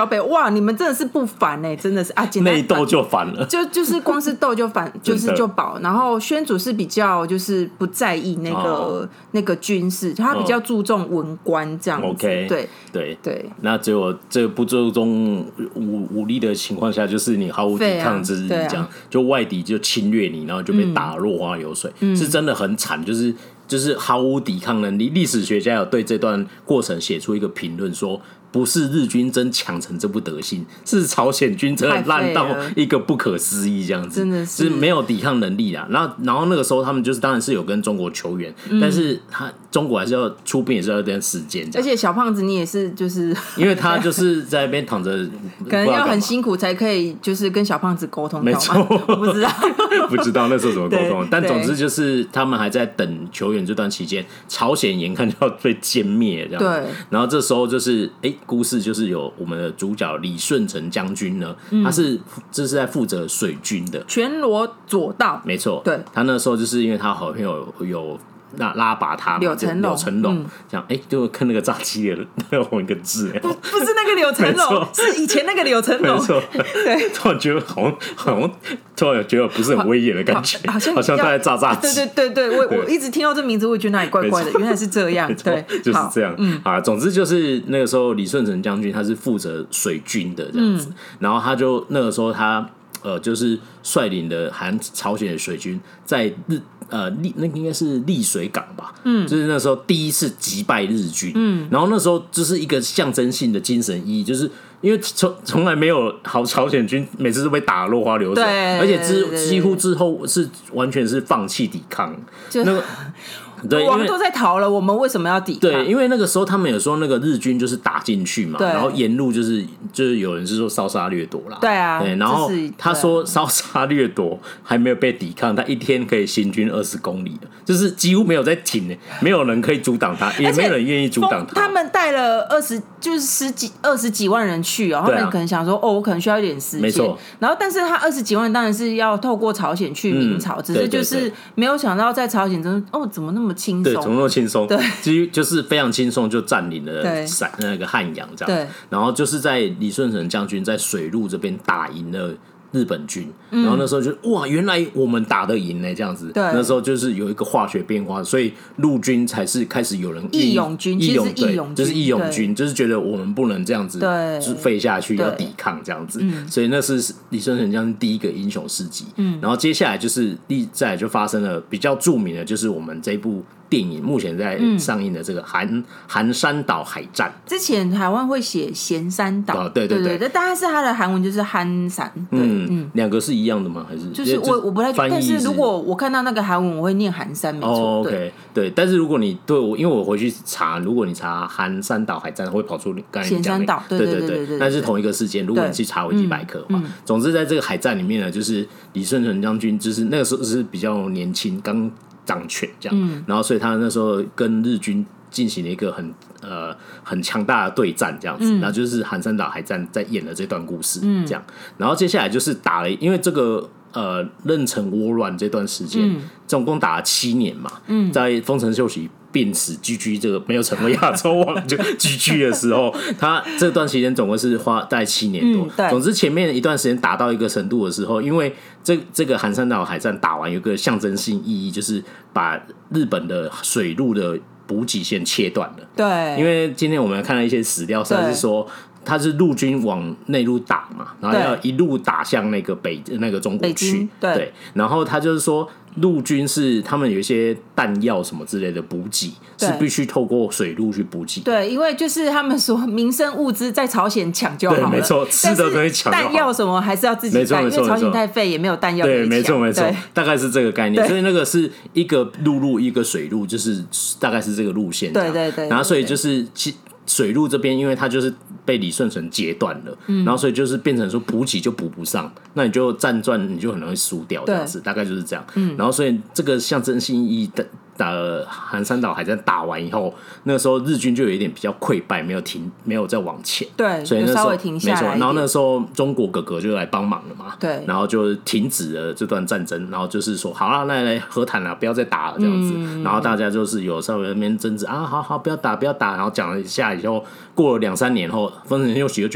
小北，哇，你们真的是不烦哎、欸，真的是啊，
内斗就烦了，
就就是光是斗就烦，就是就饱。然后宣祖是比较就是不在意那个、哦、那个军事，他比较注重文官这样子。
OK，
对
对
对。
那只有这不注重武武力的情况下，就是你毫无抵抗之力，这样、啊啊、就外敌就侵略你，然后就被打落花流水，嗯、是真的很惨，就是。就是毫无抵抗能力。历史学家有对这段过程写出一个评论，说不是日军真强成这副德性，是朝鲜军真的烂到一个不可思议，这样子，
真的是
没有抵抗能力啦。然后，然后那个时候他们就是当然是有跟中国求援，嗯、但是他中国还是要出兵，也是要一点时间。
而且小胖子你也是就是
因为他就是在那边躺着，
可能要很辛苦才可以就是跟小胖子沟通到。
没错，
我不知道，
不知道那时候怎么沟通。但总之就是他们还在等求援这段期间，朝鲜眼看就要被歼灭这样子。
对，
然后这时候就是哎。欸故事就是有我们的主角李舜臣将军呢，嗯、他是这是在负责水军的，
全罗左道，
没错。
对，
他那时候就是因为他好朋友有有拉拉拔他嘛，
柳成龙，
柳成龙、嗯、这样，哎、欸，就跟那个炸鸡的那同一个字，
不不是那个柳成龙，是以前那个柳成龙，
没错。对，突然觉得好像好像突然觉得不是很威严的感觉，
好, 好像
好像他在炸炸鸡。
对对对对，我我一直听到这名字，我觉得哪里怪怪的，原来是这样。对，
就是这样。嗯啊，总之就是那个时候李舜臣将军他是负责水军的这样子，嗯、然后他就那个时候他呃就是率领的韩朝鲜的水军在日。呃，丽那个应该是丽水港吧，嗯，就是那时候第一次击败日军，嗯，然后那时候就是一个象征性的精神意义，就是因为从从来没有好朝鲜军每次都被打落花流水，而且之几乎之后是完全是放弃抵抗，那个。对，
我们都在逃了，我们为什么要抵抗？
对，因为那个时候他们有说那个日军就是打进去嘛，然后沿路就是就是有人是说烧杀掠夺啦，
对啊，
对，然后他说烧杀掠夺还没有被抵抗，他一天可以行军二十公里的，就是几乎没有在停的，没有人可以阻挡他，也没有人愿意阻挡他。
他们带了二十就是十几二十几万人去哦，他们可能想说、啊、哦，我可能需要一点时间，
没错。
然后，但是他二十几万当然是要透过朝鲜去明朝，嗯、只是就是没有想到在朝鲜中哦，怎么那么轻松？
对，怎么那么轻松？
对，
几乎就是非常轻松就占领了那个汉阳这样。对，然后就是在李舜臣将军在水路这边打赢了日本军，嗯、然后那时候就哇，原来我们打得赢呢，这样子。对，那时候就是有一个化学变化，所以陆军才是开始有人
义勇军，
义勇
义勇军
就是义勇军，就是觉得我们不能这样子废下去，要抵抗这样子。嗯、所以那是李舜臣将军第一个英雄事迹。嗯，然后接下来就是再来就发生了比较著名的，就是我们这一部。电影目前在上映的这个韩韩山岛海战，
之前台湾会写咸山岛，
哦、对对 对,
对，但是它的韩文就是憨山，嗯
嗯，两个是一样的吗？还是
就是我我不太，但是如果我看到那个韩文，我会念韩山，没错。
哦 ，OK， 对，但是如果你对我，因为我回去查，如果你查韩山岛海战，会跑出刚才你讲的，对对对对，那是同一个事件。如果你去查维基百科的话，总之在这个海战里面呢，就是李舜臣将军，就是那个时候是比较年轻，刚。掌权这样，嗯、然后所以他那时候跟日军进行了一个很呃很强大的对战，这样子，嗯、然后就是韩山岛海战在演了这段故事，嗯、这样，然后接下来就是打了，因为这个呃壬辰倭乱这段时间，嗯、总共打了七年嘛，嗯、在丰臣秀吉病死 G G 这个没有成为亚洲王就 G G 的时候，他这段期间总共是花大概七年多。嗯、总之前面一段时间打到一个程度的时候，因为这这个韩山岛海战打完有个象征性意义，就是把日本的水路的补给线切断了。
对，
因为今天我们看了一些史料上是说。他是陆军往内陆打嘛，然后要一路打向那个北那个中国去， 对, 对，然后他就是说陆军是他们有一些弹药什么之类的补给是必须透过水路去补给，
对，因为就是他们说民生物资在朝鲜抢就好了，
对，没错，吃的东西抢就好，
弹药什么还是要自己带，因为朝鲜太废也没有弹药可以抢，
对，没错没错，大概是这个概念，所以那个是一个陆路一个水路，就是大概是这个路线，
对对对，
然后所以就是其。水路这边，因为它就是被李舜臣截断了，嗯、然后所以就是变成说补给就补不上，那你就战转你就很容易输掉这样子，大概就是这样。嗯、然后所以这个象征性意义的打韩山岛海战打完以后，那个时候日军就有一点比较溃败，没有停，没有再往前，
对，
所以那时候
稍微停下来，
没错。然后那时候中国哥哥就来帮忙了嘛，
对，
然后就停止了这段战争，然后就是说好了，那来和谈了，不要再打了这样子。嗯、然后大家就是有稍微那边争执啊，好好不要打不要打，然后讲了一下以后，过了两三年后，丰臣秀吉就觉得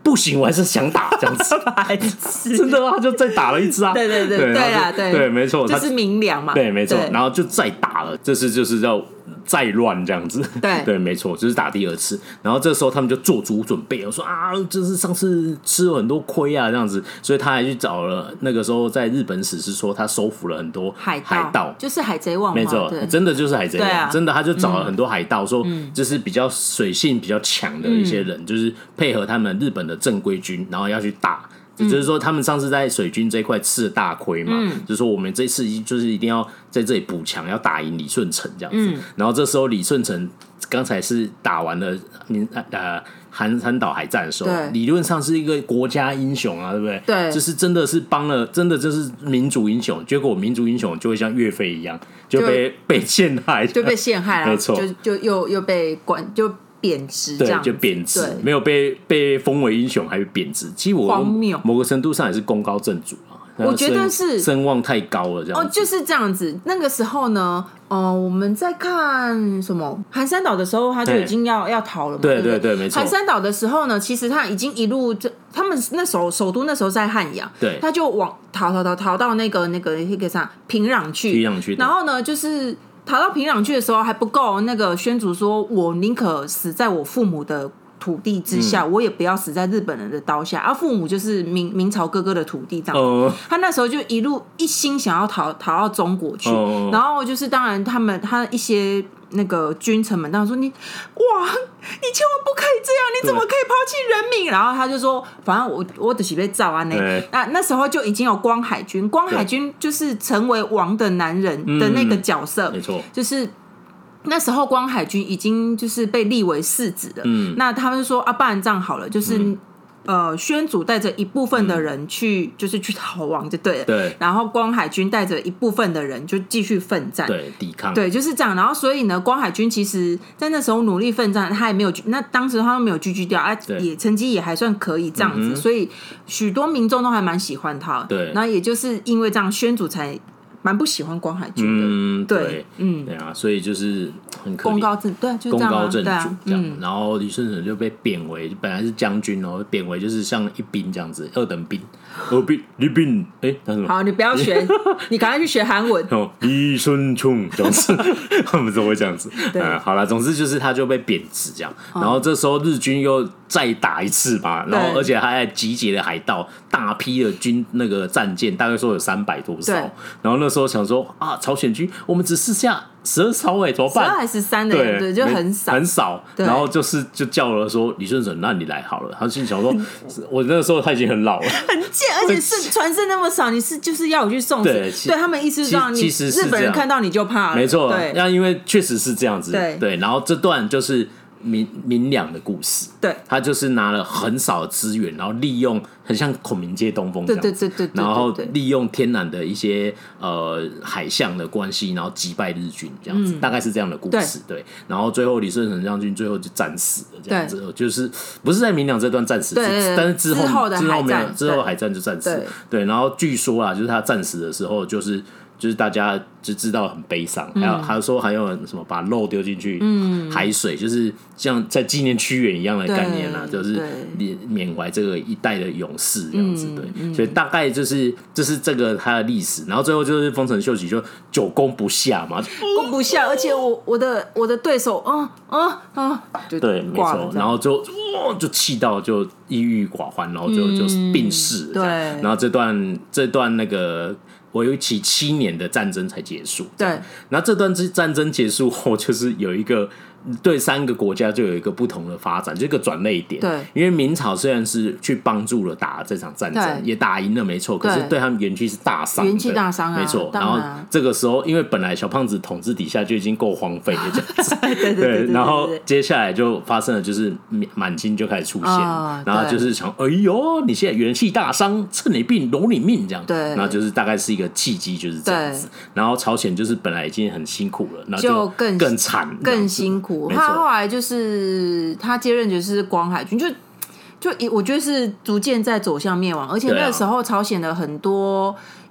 不行，我还是想打这样子。真的，他就再打了一支啊。
对对对对啦，对
对，没错，
这是明良嘛。
对，没错，然后就再打了，这次就是要再乱这样子。
对
对，没错，就是打第二次。然后这时候他们就做足准备，我说啊，就是上次吃了很多亏啊这样子，所以他还去找了那个时候在日本史是说他收服了很多海盗，海盗
就是海贼王嘛，
没错，真的就是海贼王，
啊、
真的他就找了很多海盗，嗯、说就是比较水性比较强的一些人，嗯、就是配合他们日本的正规军，然后要去打。也就是说，他们上次在水军这一块吃了大亏嘛，嗯、就是说我们这次就是一定要在这里补强，要打赢李舜臣这样子。嗯、然后这时候李舜臣刚才是打完了民呃韩山岛海战的时候，理论上是一个国家英雄啊，对不对？
对，
就是真的是帮了，真的就是民族英雄。结果民族英雄就会像岳飞一样，就被就被陷害，
就被陷害了，
没错，
就就又又被关就。贬值这样
对，就贬值，没有被被封为英雄，还被贬值。其实我某个程度上也是功高震主啊，
我觉得是
声望太高了，这样
哦，就是这样子。那个时候呢，呃，我们在看什么韩山岛的时候，他就已经要要逃了嘛。
对对对，没错。
韩山岛的时候呢，其实他已经一路，他们那首首都那时候在汉阳，
对，
他就往逃逃逃逃到那个那个那个啥平壤去，
平壤去，
然后呢，就是。逃到平壤去的时候还不够，那个宣祖说：“我宁可死在我父母的土地之下，嗯、我也不要死在日本人的刀下。”啊，父母就是明明朝哥哥的土地这样子。哦、他那时候就一路一心想要逃逃到中国去，哦、然后就是当然他们他一些那个君臣们当然说你哇，你千万不可以这样，你怎么可以抛弃人民？然后他就说，反正我我就是被造啊那那那时候就已经有光海军，光海军就是成为王的男人的那个角色，
没错，
就是那时候光海军已经就是被立为世子了。嗯，那他们就说啊，不然这样好了，就是。嗯呃，宣祖带着一部分的人去，嗯、就是去逃亡就对了。
对。
然后光海军带着一部分的人就继续奋战，
对，抵抗。
对，就是这样。然后所以呢，光海军其实在那时候努力奋战，他也没有，那当时他都没有居居掉啊，也成绩也还算可以这样子，嗯、所以许多民众都还蛮喜欢他。
对。
然后也就是因为这样，宣祖才蛮不喜欢光海军的。
嗯，
对，
对嗯，对啊，所以就是很可怜，
功高震，对，就这样、啊、
功高震主这样。
嗯、
然后李舜臣就被贬为本来是将军哦，贬为就是像一兵这样子，二等兵，二兵，李兵，哎，那什么？
好，你不要学，你赶快去学韩文。
哦，李舜臣，总之他们都会这样子。
对、
嗯，好了，总之就是他就被贬值这样。然后这时候日军又再打一次嘛，然后而且还集结了海盗，大批的军那个战舰，大概说有三百多艘。然后那时候想说啊，朝鲜军我们只剩下十二艘哎，怎么办？
十二还是三的，对，就很少
很少。然后就是就叫了说李舜臣，那你来好了。他心想说，我那个时候他已经很老了，
很贱，而且是船剩那么少，你是就是要我去送死？对，对他们意思是让你日本人看到你就怕了，
没错。
对，
那因为确实是这样子，
对
对。然后这段就是明明两的故事，
对，
他就是拿了很少的资源，然后利用很像孔明借东风这样子，
对对对对，
然后利用天然的一些呃海象的关系，然后击败日军这样子，嗯、大概是这样的故事，对。对然后最后李舜臣将军最后就战死了，这样子，就是不是在明两这段战死，
对对对，
但是之后
之后的
之后没有之后
对
海战就战死，
对。
对，然后据说啊，就是他战死的时候，就是就是大家就知道很悲伤，还有还有说还有什么把肉丢进去海水，就是像在纪念屈原一样的概念啊，就是缅怀这个一代的勇士这样子，对，所以大概就是就是这个他的历史，然后最后就是丰臣秀吉就久攻不下嘛，
攻不下，而且我我的我的对手，嗯嗯嗯，
对，没错，然后就哇就气到就抑郁寡欢，然后就就病逝，对，然后这段这段那个。为期七年的战争才结束。
对，
然后这段战争结束后，就是有一个对三个国家就有一个不同的发展，就一个转捩点。
对，
因为明朝虽然是去帮助了打这场战争，也打赢了，没错，可是对他们元气是大伤，
元气大伤啊，
没错。然后这个时候，因为本来小胖子统治底下就已经够荒废了，这样子，
对对 对, 对, 对, 对。
然后接下来就发生了，就是满清就开始出现，哦、然后就是想，哎呦，你现在元气大伤，趁你病容你命这样。
对，
然后就是大概是一个契机，就是这样子。然后朝鲜就是本来已经很辛苦了，然后就
更
更惨，
更辛苦。他后来就是他接任就是光海军，就就我觉得是逐渐在走向灭亡，而且那个时候朝鲜的很多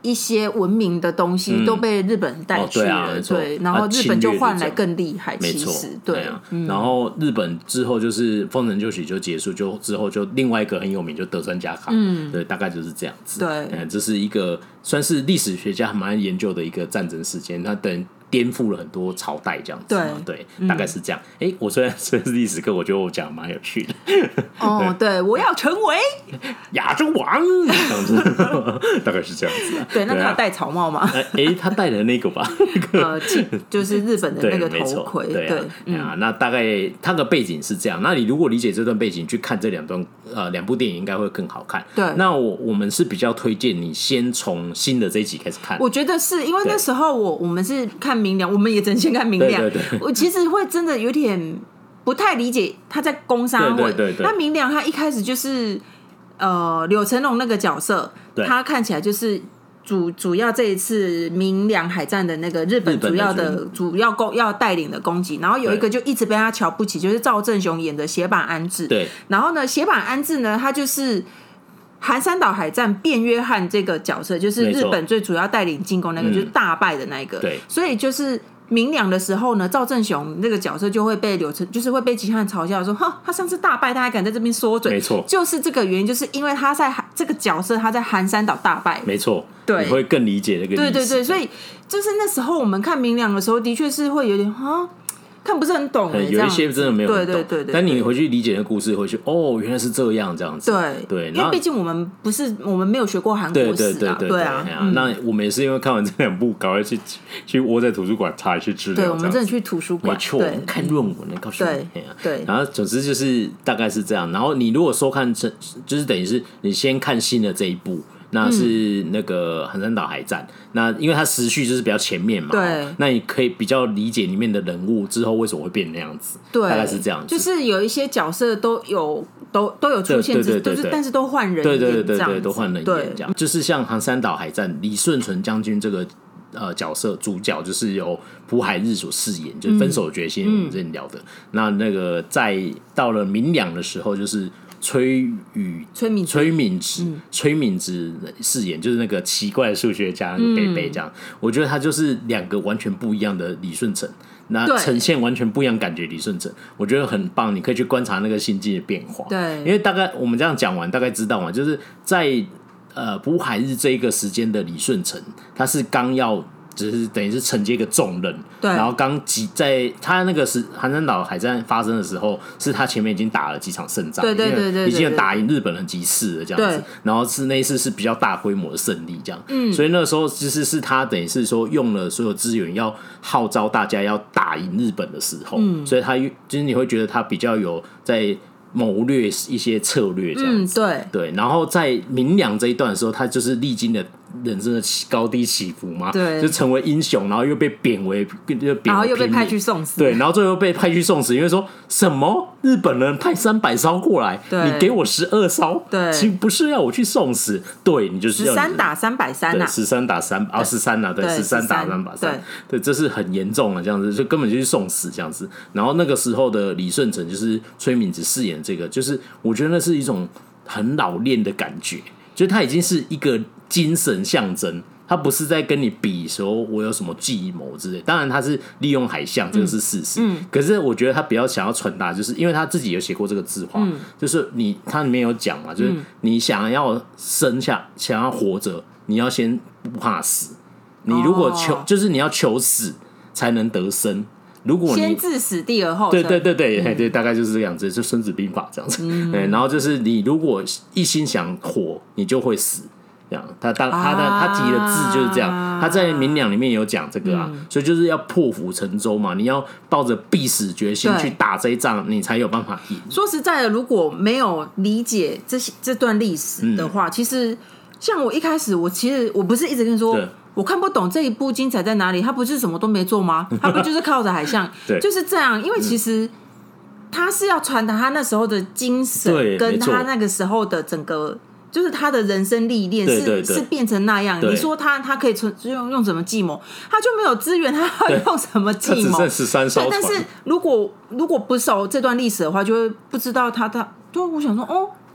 一些文明的东西、嗯、都被日本人带去了、哦 对, 啊、对，然后日本就换来更厉害，其实对, 对啊、
嗯。然后日本之后就是丰臣秀吉就结束，就之后就另外一个很有名就德川家康，嗯，对，大概就是这样子。
对，
嗯，这是一个算是历史学家蛮研究的一个战争事件，它等。颠覆了很多朝代这样子，对，对嗯、大概是这样。哎、欸，我虽然虽然是历史课，我觉得我讲的蛮有趣的。
哦，对，我要成为
亚洲王，这样子，大概是这样子、啊。
对，那他戴草帽吗？
哎、欸，他戴的那个吧，
呃，就是日本的那个头盔。
对，对啊，对啊、嗯，那大概他的背景是这样。那你如果理解这段背景，去看这两段呃两部电影，应该会更好看。
对，
那我我们是比较推荐你先从新的这一集开始看。
我觉得是因为那时候我我们是看明良，我们也只能先看明良。
对对对，
我其实会真的有点不太理解他在攻杀会。
对对对对，
那明良他一开始就是呃柳成龙那个角色，他看起来就是主主要这一次明良海战的那个日本主要的主要攻要带领的攻击，然后有一个就一直被他瞧不起，就是赵正雄演的血坂安治。
对，
然后呢，血坂安治呢，他就是韩山岛海战卞约翰这个角色，就是日本最主要带领进攻那个，就是大败的那一个。
对，
所以就是明良的时候呢，赵正雄那个角色就会被柳成，就是会被其他人嘲笑说，哼，他上次大败，他还敢在这边说嘴。
没错，
就是这个原因，就是因为他在这个角色他在韩山岛大败。
没错，
对，
你会更理解那个意思。
对对对，所以就是那时候我们看明良的时候，的确是会有点啊。看不是很懂、欸，
有一些真的没有很懂，
对对 对, 对, 对，
但你回去理解那个故事，回去哦，原来是这样，这样子，
对
对，
因为毕竟我们不是我们没有学过韩国史啊，
对对对 对,
对啊、
嗯，那我们也是因为看完这两部，赶快去去窝在图书馆查一些资料，
对，我们真的去图书馆，
没错，我们看论文来告诉你，
对对，
然后总之就是大概是这样，然后你如果收看成，就是等于是你先看新的这一部。那是那个韩山岛海战、嗯，那因为它时序就是比较前面嘛，
对，
那你可以比较理解里面的人物之后为什么会变那样子，
对，
大概是这样子，
就是有一些角色都有都都有出现，
对对对对，
就是但是都换人演，
对对对对对，都换人
演
这样，就是像韩山岛海战，李舜纯将军这个呃角色主角就是由朴海日所饰演，就是分手的决心、嗯、我们之前聊的，那那个在到了明良的时候就是。崔宇、
崔敏、
崔敏植、嗯、崔敏植饰演就是那个奇怪的数学家，那个贝贝这样、嗯。我觉得他就是两个完全不一样的李舜臣，那呈现完全不一样感觉。李舜臣我觉得很棒，你可以去观察那个心境的变化。
对，
因为大概我们这样讲完，大概知道嘛，就是在呃朴海日这一个时间的李舜臣，他是刚要。只是等于是承接一个重任，
对。
然后刚几在他那个是韩山岛海战发生的时候，是他前面已经打了几场胜仗，
对对对 对, 对，
已经有打赢日本人几次了这样子。然后是那一次是比较大规模的胜利，这样。嗯。所以那个时候其实是他等于是说用了所有资源，要号召大家要打赢日本的时候，嗯。所以他就是你会觉得他比较有在。谋略一些策略这样子，
嗯、对
对，然后在明良这一段的时候，他就是历经了人生的高低起伏嘛，
对，
就成为英雄，然后又被贬为，就
然后又被派去送死，
对，然后最后被派去送死，因为说什么日本人派三百艘过来，你给我十二艘，
对，
其实不是要我去送死，对你就是
十三打三百三啊，
十三打三啊十三啊，对，十三打三百三，对，这是很严重的这样子，就根本就去送死这样子。然后那个时候的李舜臣就是崔敏植饰演这个，就是我觉得那是一种很老练的感觉，就他已经是一个精神象征。他不是在跟你比说我有什么计谋之类，当然他是利用海象，这个是事实、嗯嗯。可是我觉得他比较想要传达，就是因为他自己有写过这个字画、嗯，就是你他里面有讲嘛，就是你想要生下，想要活着，你要先不怕死。你如果求，哦、就是你要求死才能得生。如果你
先置死地而后
生，对对对对、嗯、对，大概就是这样子，就《孙子兵法》这样子、嗯。然后就是你如果一心想活，你就会死。这样，他当他的、啊、他提的字就是这样，他在《明两》里面有讲这个啊、嗯，所以就是要破釜沉舟嘛，你要抱着必死决心去打这一仗，你才有办法赢。
说实在的，如果没有理解这些这段历史的话、嗯，其实像我一开始，我其实我不是一直跟你说。我看不懂这一部精彩在哪里，他不是什么都没做吗？他不就是靠着海象，就是这样。因为其实他是要传达他那时候的精神，跟他那个时候的整个，就是他的人生历练是对对对是变成那样。你说他他可以用用什么计谋？他就没有资源，他要用什么计谋？
他只剩十三艘船。
但是如果如果不熟这段历史的话，就会不知道他他。就我想说，哦，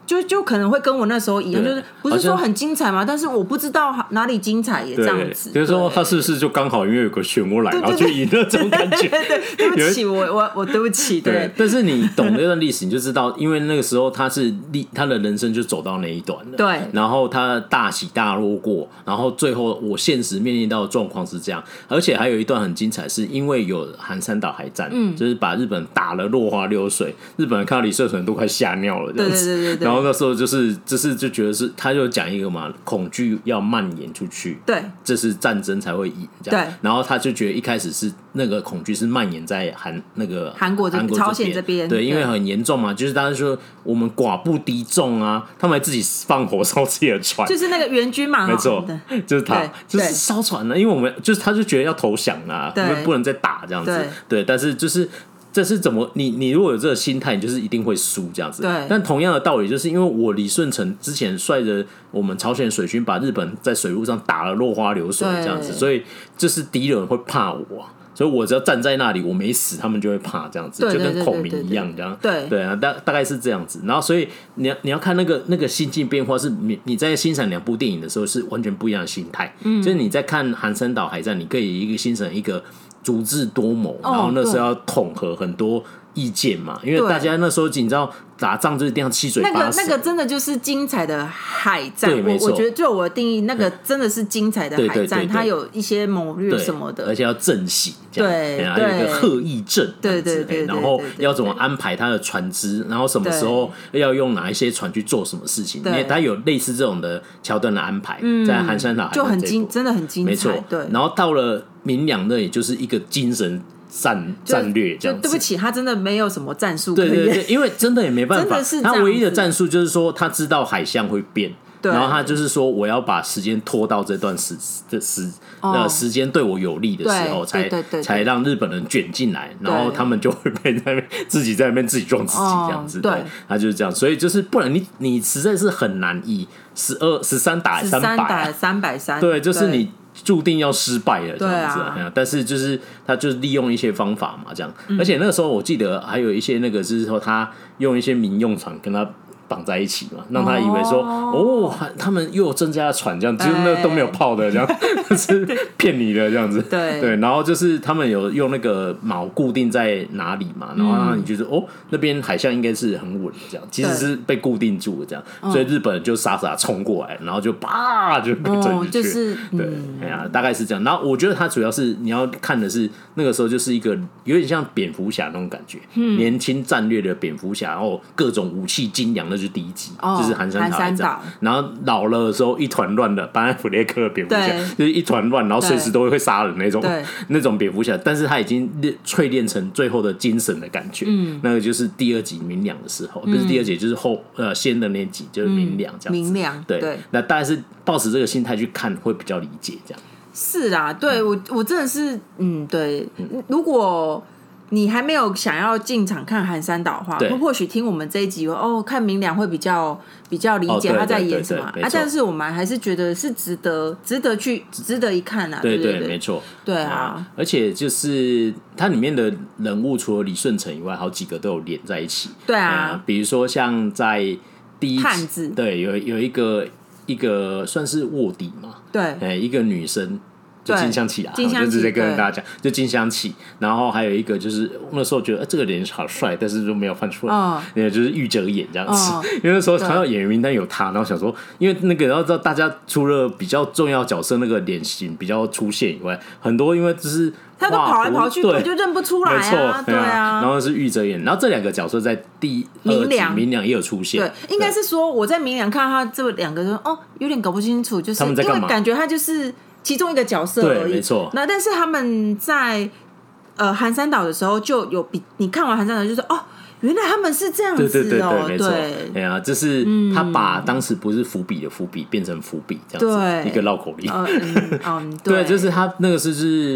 就就可能会跟我那时候一样，就是不是说很精彩嘛，但是我不知道哪里精彩也这样子。
就是说他是不是就刚好因为有个漩涡来，然后就赢了这种感觉？
对对对，对不起，我我我对不起。对，
对但是你懂那段历史，你就知道，因为那个时候他是他的人生就走到那一段了。
对，
然后他大起大落过，然后最后我现实面临到的状况是这样，而且还有一段很精彩，是因为有韩三岛海战，嗯，就是把日本打了落花流水，日本人看到李社纯都快吓尿了这样子。对对对对对。然后那时候就是就是就觉得是，他就讲一个嘛，恐惧要蔓延出去，
对，
这是战争才会赢这样。对。然后他就觉得一开始是那个恐惧是蔓延在韩那个
韩国这朝鲜这边，
对，因为很严重嘛，就是大家说我们寡不敌众啊，他们还自己放火烧自己的船，
就是那个援军嘛，
没错，就是他，就是烧船了，因为我们就是他就觉得要投降啊，我们不能再打这样子，对，但是就是这是怎么你你如果有这个心态，你就是一定会输这样子。对，但同样的道理，就是因为我李舜臣之前率着我们朝鲜水军把日本在水路上打了落花流水这样子，所以就是敌人会怕我、啊。所以我只要站在那里，我没死，他们就会怕这样子，就跟孔明一样这样。
对
对啊，大大概是这样子。然后，所以你要你要看那个那个心境变化，是你你在欣赏两部电影的时候是完全不一样的心态。嗯，就是你在看韩三岛海战，你可以一个欣赏一个足智多谋，然后那时候要统合很多意见嘛，因为大家那时候你知道打仗就一定要七嘴八舌，
那个那个真的就是精彩的海战。我我觉得就我的定义，那个真的是精彩的海战，对对对对，它有一些谋略什么的，
而且要阵型，
对，
然后有一个鹤翼阵，
对对 对, 对, 对，
然后要怎么安排他的船只，然后什么时候要用哪一些船去做什么事情，因为他有类似这种的桥段的安排，嗯、在韩山岛海战
就很精，真的很精彩，
没错。对，然后到了明良那也就是一个精神。战战略这样子，
对不起，他真的没有什么战术可言，
对对对，因为真的也没办法，他唯一的战术就是说他知道海象会变，然后他就是说我要把时间拖到这段时的时呃时间对我有利的时候，才才让日本人卷进来，然后他们就会被在那边自己在那边自己撞自己这样子，对，他就是这样，所以就是不然你你实在是很难以十二十三打三百，
打三百三，
对，就是你。注定要失败了这样子、啊，但是就是他就是利用一些方法嘛，这样，嗯、而且那个时候我记得还有一些那个就是说他用一些民用船跟他绑在一起嘛，让他以为说 哦, 哦，他们又有增加的船这样，其实那都没有炮的这样，是骗你的这样子，
对
对，然后就是他们有用那个锚固定在哪里嘛，然后让你觉得、嗯、哦那边海象应该是很稳的这样，其实是被固定住的这样，所以日本人就傻傻冲过来，然后就啪就被震进去，哦、就是对，哎呀、嗯，大概是这样。然后我觉得他主要是你要看的是那个时候就是一个有点像蝙蝠侠那种感觉，嗯、年轻战略的蝙蝠侠，然后各种武器精良的。就是第一集，哦、就是韩山岛海战，然后老了的时候一团乱的班艾弗列克的蝙蝠侠，就是一团乱，然后随时都会杀人那种那种蝙蝠侠，但是他已经淬炼成最后的精神的感觉。嗯，那个就是第二集明亮的时候，嗯、不是第二集，就是后呃先的那集就是明亮这样子。
明亮，
对，对那大概是抱持这个心态去看，会比较理解这样。
是啊，对、嗯、我我真的是嗯，对，嗯、如果。你还没有想要进场看韩三岛的话，或许听我们这一集哦，看明良会比较比较理解他在演什么、哦、啊。但是我们还是觉得是值得值得去值得一看啊。
对
对,
对, 对，没错。
对啊、嗯，
而且就是它里面的人物，除了李舜臣以外，好几个都有连在一起。
对啊，
嗯、比如说像在第一
探子，
对，有有一个一个算是卧底嘛，对，嗯、一个女生。就金香起啊，我就直接跟大家讲，就金香起。然后还有一个就是那时候觉得、欸、这个人好帅，但是就没有翻出来，哦、就是玉哲演这样子。哦、因为那时候看到演员名单有他，然后想说，因为那个然后知道大家除了比较重要角色那个脸型比较出现以外，很多因为就是
他都跑来跑去，我就认不出来啊。
没错，
对啊。
然后是玉哲演，然后这两个角色在第二集明良也有出现。
对，应该是说我在明良看到他这两个人，哦，有点搞不清楚，就是因为感觉他就是其中一个角色而已。
对，没错。
那但是他们在呃韩三岛的时候就有比你看完韩三岛就说哦。原来他们是这样子哦，
对对对
对，
没错，哎呀，这是他把当时不是伏笔的伏笔变成伏笔，这样子一个绕口令。
嗯嗯，
对，就是他那个是是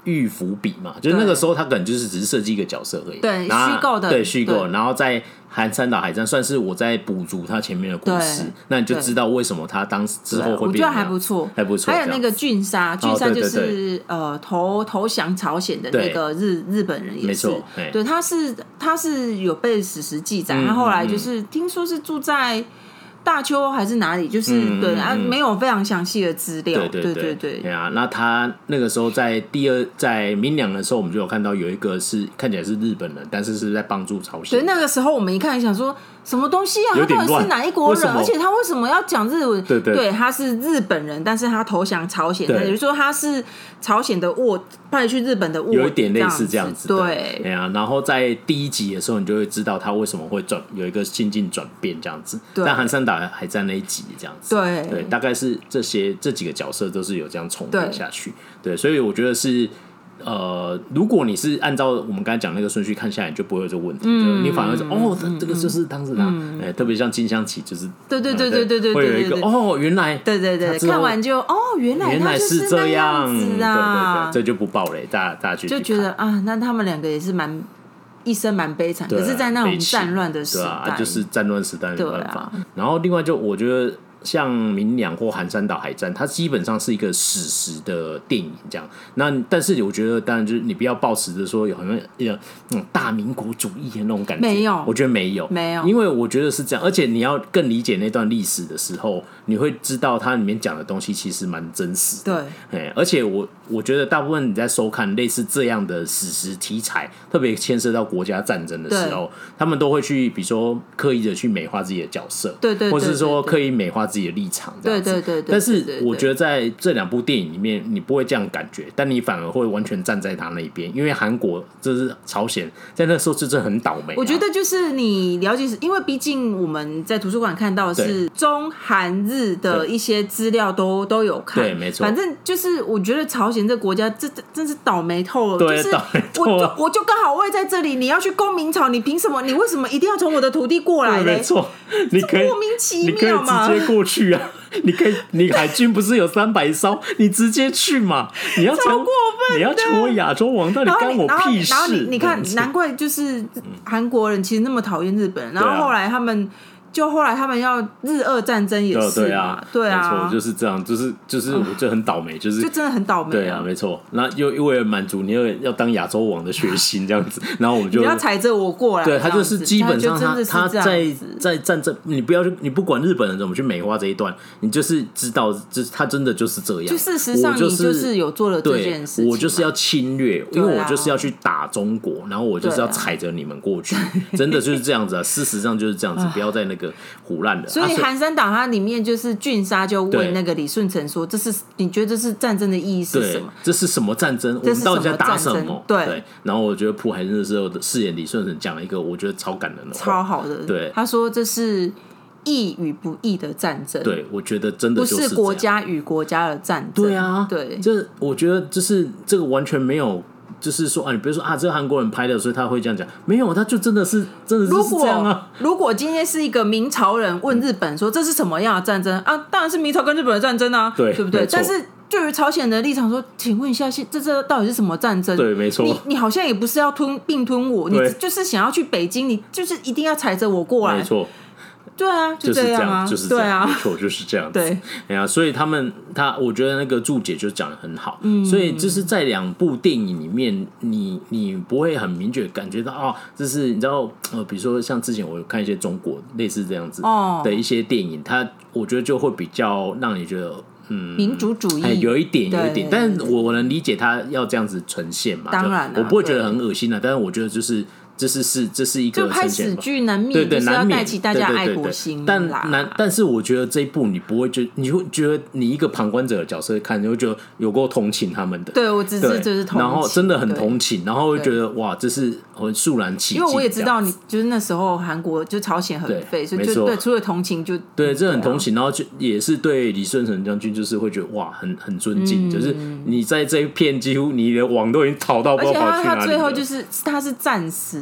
预伏笔嘛，就是那个时候他可能就是只是设计一个角色而已，
对，虚构的，
对虚构，然后在寒山岛海战算是我在补足他前面的故事，那你就知道为什么他当时之后会变，我
觉得还不错，
还不错。
还有那个俊沙，俊沙就是、哦、
对对对
呃投投降朝鲜的那个日日本人也是，
没错，
对，他是他是有被史实记载，他、嗯、后来就是听说是住在大邱还是哪里，就是、嗯、对啊，没有非常详细的资料。
对对对
对, 对,
对啊，那他那个时候在第二在明良的时候，我们就有看到有一个是看起来是日本人，但是是在帮助朝鲜。
对，那个时候我们一看想说什么东西啊？他到底是哪一国人？而且他为什么要讲日文？
对 对,
对，他是日本人，但是他投降朝鲜，也就是说他是朝鲜的卧派去日本的卧，
有一点类似这样子。
对，
对啊，然后在第一集的时候，你就会知道他为什么会转有一个心境转变这样子。但寒山岛还在那一集这样子。
对
对，大概是这些这几个角色都是有这样重叠下去。对, 对，所以我觉得是。呃，如果你是按照我们刚才讲那个顺序看下来，你就不会有这个问题，嗯、就你反而说、嗯、哦，这个就是当时他，嗯欸、特别像金香旗，就是
对对对对对对，
会有一个哦，原来
对对对，看完就哦，原来
原来是这样
子啊，
对对对，这就不爆雷，大家大家去
就觉得啊，那他们两个也是蛮一生蛮悲惨，可是在那种战乱的时代，
对啊，就是战乱时代没办法。然后另外就我觉得。像明良或寒山岛海战，它基本上是一个史实的电影这样。那但是我觉得，当然就是你不要抱持着说有好像那种大民国主义的那种感觉，
没有，
我觉得没有，
没有，
因为我觉得是这样。而且你要更理解那段历史的时候，你会知道它里面讲的东西其实蛮真实的。对，而且我我觉得大部分你在收看类似这样的史实题材，特别牵涉到国家战争的时候，他们都会去，比如说刻意的去美化自己的角色，
对 对, 对, 对, 对, 对，
或是说刻意美化自己的立场，对对 对, 对, 对。但是我觉得在这两部电影里面，你不会这样感觉，但你反而会完全站在他那一边，因为韩国这是朝鲜，在那时候真的很倒霉、啊。
我觉得就是你了解，因为毕竟我们在图书馆看到的是中韩日的一些资料都都有看，
对，没错。
反正就是我觉得朝鲜这国家这真是倒霉透了，
对，
就是
倒霉透了。
我就我就刚好位在这里，你要去攻明朝，你凭什么？你为什么一定要从我的土地过来呢？
没错，你可以
莫名其妙嘛，
你可以直接过去啊。你可以，你海军不是有三百艘，你直接去嘛！你要
超过分，
你要成为亚洲王，到底干我屁事？
然后 你, 然后 你, 你看，难怪就是韩国人其实那么讨厌日本人，然后后来他们。就后来他们要日俄战争也是嘛，
对啊，
对啊，
没错，就是这样，就是就是我就很倒霉，就是
就真的很倒霉、啊，
对啊，没错。那又为了满足你要要当亚洲王的决心，这样子，然后我们就
你要踩着我过来，
对他就是基本上他
他
在在战争，你不要去，你不管日本人怎么去美化这一段，你就是知道，就是他真的就是这样。
就事实上，你就是有做了这件事情，
我就是要侵略，因为我就是要去打中国，然后我就是要踩着你们过去，真的就是这样子啊。事实上就是这样子，不要在那个胡乱的。
所以寒山岛它里面就是俊沙就问那个李舜臣说：“这是你觉得这是战争的意义是什么？
这是什么战争？我们到底在打什么？”
对,
对。然后我觉得朴海日的时候饰演李舜臣讲了一个我觉得超感人的话，
超好的。
对，
他说这是义与不义的战争。
对，我觉得真的就是
不是国家与国家的战争。
对啊，
对，
这我觉得就是这个完全没有。就是说啊，你比如说啊，这个韩国人拍的，所以他会这样讲。没有，他就真的是真的是这样啊。
如果今天是一个明朝人问日本说这是什么样的战争啊，当然是明朝跟日本的战争啊，
对，
对不对？但是对于朝鲜的立场说，请问一下，这这到底是什么战争？
对，没错。
你你好像也不是要吞并吞我，你就是想要去北京，你就是一定要踩着我过来，
没错。
对啊，就这样啊，
就是这样，
对啊，
没错，就是这样子。
对，
哎呀，所以他们他，我觉得那个注解就讲得很好。嗯，所以就是在两部电影里面，你你不会很明确感觉到哦，这是你知道呃，比如说像之前我有看一些中国类似这样子的一些电影，它我觉得就会比较让你觉得。嗯，
民族主义、
欸、有一点，有一点，但是我能理解他要这样子呈现嘛，
当然，
我不会觉得很恶心啊，但是我觉得就是这是是这是一个
就拍喜剧难免，对对，就是要带起大家爱国心啦。
但难，但是我觉得这一部你不会觉得，你会觉得你一个旁观者的角色看，你会觉得有够同情他们的。
对，我只是就是同情，
然后真的很同情，然后会觉得哇，这是很肃然起敬。
因为我也知道你就是那时候韩国就朝鲜很废，所以就对除了同情就
对，这很同情，然后就也是对李舜臣将军就是会觉得哇，很很尊敬，嗯，就是你在这一片几乎你的网都已经逃到不知道跑去哪里了。
而且他他最后就是他是战死。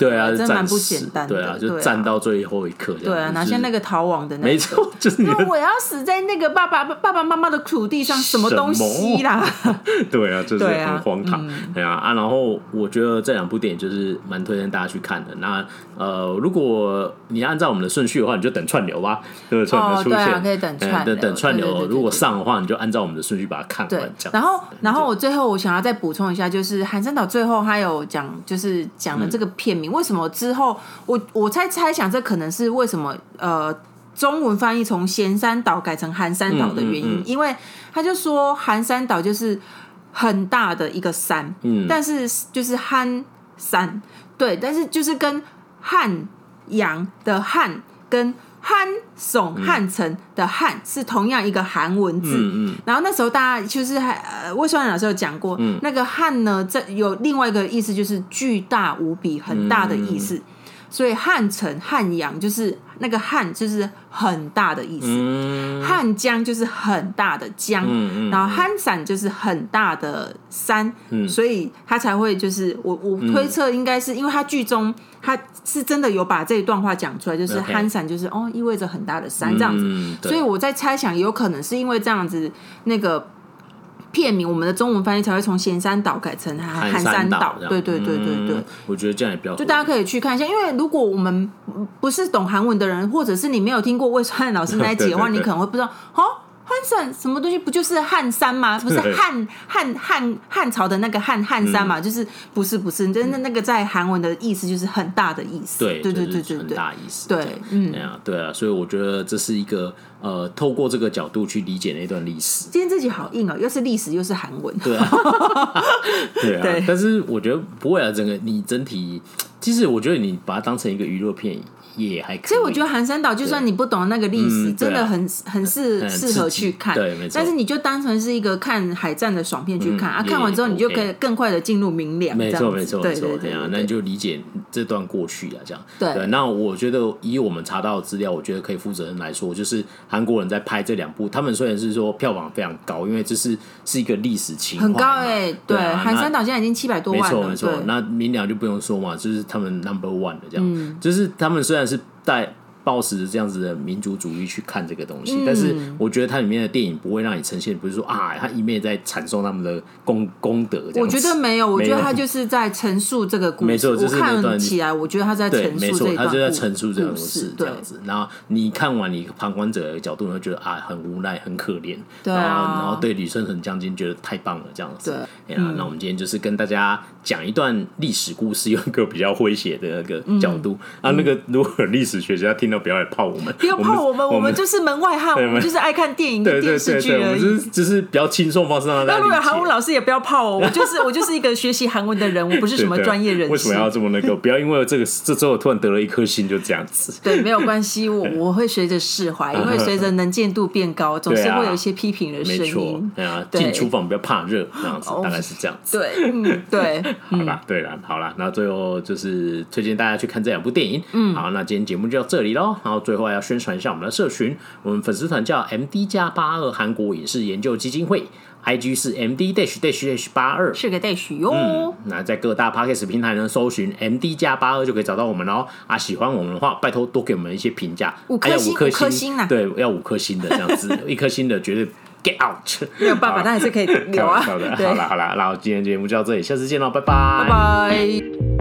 对啊，
真的蛮不简单的。
对啊，就战到最后一刻。
对啊，拿下那个逃亡的那个，
没错，就是你
我要死在那个爸爸爸爸妈妈的土地上，什么东西啦？
对啊，就是很荒唐。对啊啊，然后我觉得这两部电影就是蛮推荐大家去看的。那呃，如果你按照我们的顺序的话，你就等串流吧，对，串流出现，
哦、对啊，可以等串流，
等串流。如果上的话，你就按照我们的顺序把它看完。这样。
然后，然后我最后我想要再补充一下，就是韩山岛最后他有讲，就是讲了这个片名、嗯、为什么之后我我猜猜想，这可能是为什么呃中文翻译从咸山岛改成韩山岛的原因，嗯嗯嗯、因为他就说韩山岛就是很大的一个山，嗯，但是就是憨山，对，但是就是跟汉阳的汉跟汉耸汉城的汉是同样一个韩文字，嗯嗯、然后那时候大家就是还呃，魏双兰老师有讲过，嗯、那个汉呢，这有另外一个意思，就是巨大无比、很大的意思。嗯、所以汉城、汉阳就是那个汉，就是很大的意思；嗯、汉江就是很大的江，嗯嗯、然后汉山就是很大的山，嗯、所以他才会就是我我推测应该是因为他剧中他是真的有把这一段话讲出来，就是汉山就是、okay. 哦意味着很大的山这样子，嗯、所以我在猜想有可能是因为这样子那个。片名我们的中文翻译才会从咸山岛改成韩山岛，对对对对对、嗯，
我觉得这样也比较，
就大家可以去看一下，因为如果我们不是懂韩文的人，或者是你没有听过魏川汉老师那一集的话，对对对，你可能会不知道哦。汉山什么东西不就是汉山吗？不是汉汉汉汉朝的那个汉汉山嘛？嗯、就是不是不是，真的那个在韩文的意思就是很大的意思。
对
对对对对，
很大意思。
对，嗯，
对啊对啊，所以我觉得这是一个呃，透过这个角度去理解那段历史。
今天这集好硬哦，又是历史又是韩文。
对啊，对啊对，但是我觉得不会啊，整个你整体，其实我觉得你把它当成一个娱乐片。也还可以，
所以我觉得韩山岛就算你不懂那个历史，嗯、真的很很适适合去看。
对，没错。
但是你就当成是一个看海战的爽片去看、嗯、啊，看完之后你就可以更快的进入明良。
没错，没错，
没错。对
啊，那你就理解这段过去啊，这样。
对。
对，那我觉得以我们查到的资料，我觉得可以负责任来说，就是韩国人在拍这两部，他们虽然是说票房非常高，因为这是是一个历史情怀，
很高哎、欸。对，韩山岛现在已经七百多万了。
没错，没错。那明良就不用说嘛，就是他们 number one 的这样，嗯、就是他们虽然是带。抱持这样子的民族主义去看这个东西、嗯，但是我觉得它里面的电影不会让你呈现，不是说啊，他一面在阐述他们的功功德这样子。
我觉得没有，我觉得他就是在陈述这个故事。
没错，就是
我看起来，我觉得他在陈述这一段故事。
没错，他就在陈述这个故事这样子。然后你看完，你旁观者的角度，你会觉得啊，很无奈，很可怜。
对啊。
然后，然后对李舜臣将军觉得太棒了，这样子。
对。
啊，那我们今天就是跟大家讲一段历史故事，用一个比较诙谐的那个角度、嗯、啊。那个如果有历史学家听到，不要来泡我们。
不要泡我们，我们就是门外汉，我们就是爱看电影跟电视剧而已。
就是就是比较轻松方式让大家理解。
那如果韩文老师也不要泡我，我就是我就是一个学习韩文的人，我不是什么专业人士。
为什么要这么那个？不要因为这个这之后突然得了一颗心就这样子。
对，没有关系，我我会随着释怀，因为随着能见度变高，总是会有一些批评的声音。
对啊，进厨房不要怕热，这样子大概是这样子。
对，嗯，对，
好啦，对啦，好啦，那最后就是推荐大家去看这两部电影。嗯，好，那今天节目就到这里咯。然后最后还要宣传一下我们的社群，我们粉丝团叫 M D 加八二韩国影视研究基金会 ，I G 是 M D dash dash dash 八二，
是个 dash 哟、
嗯。那在各大 Podcast 平台呢，搜寻 M D 加八二就可以找到我们喽。啊，喜欢我们的话，拜托多给我们一些评价，
五颗星，
五颗
星, 星啊，
对，要五颗星的这样子，一颗星的绝对 get out，
没有办法，但还是可以留啊。
好啦好啦，那今天节目就到这里，下次见喽，拜拜，
拜拜。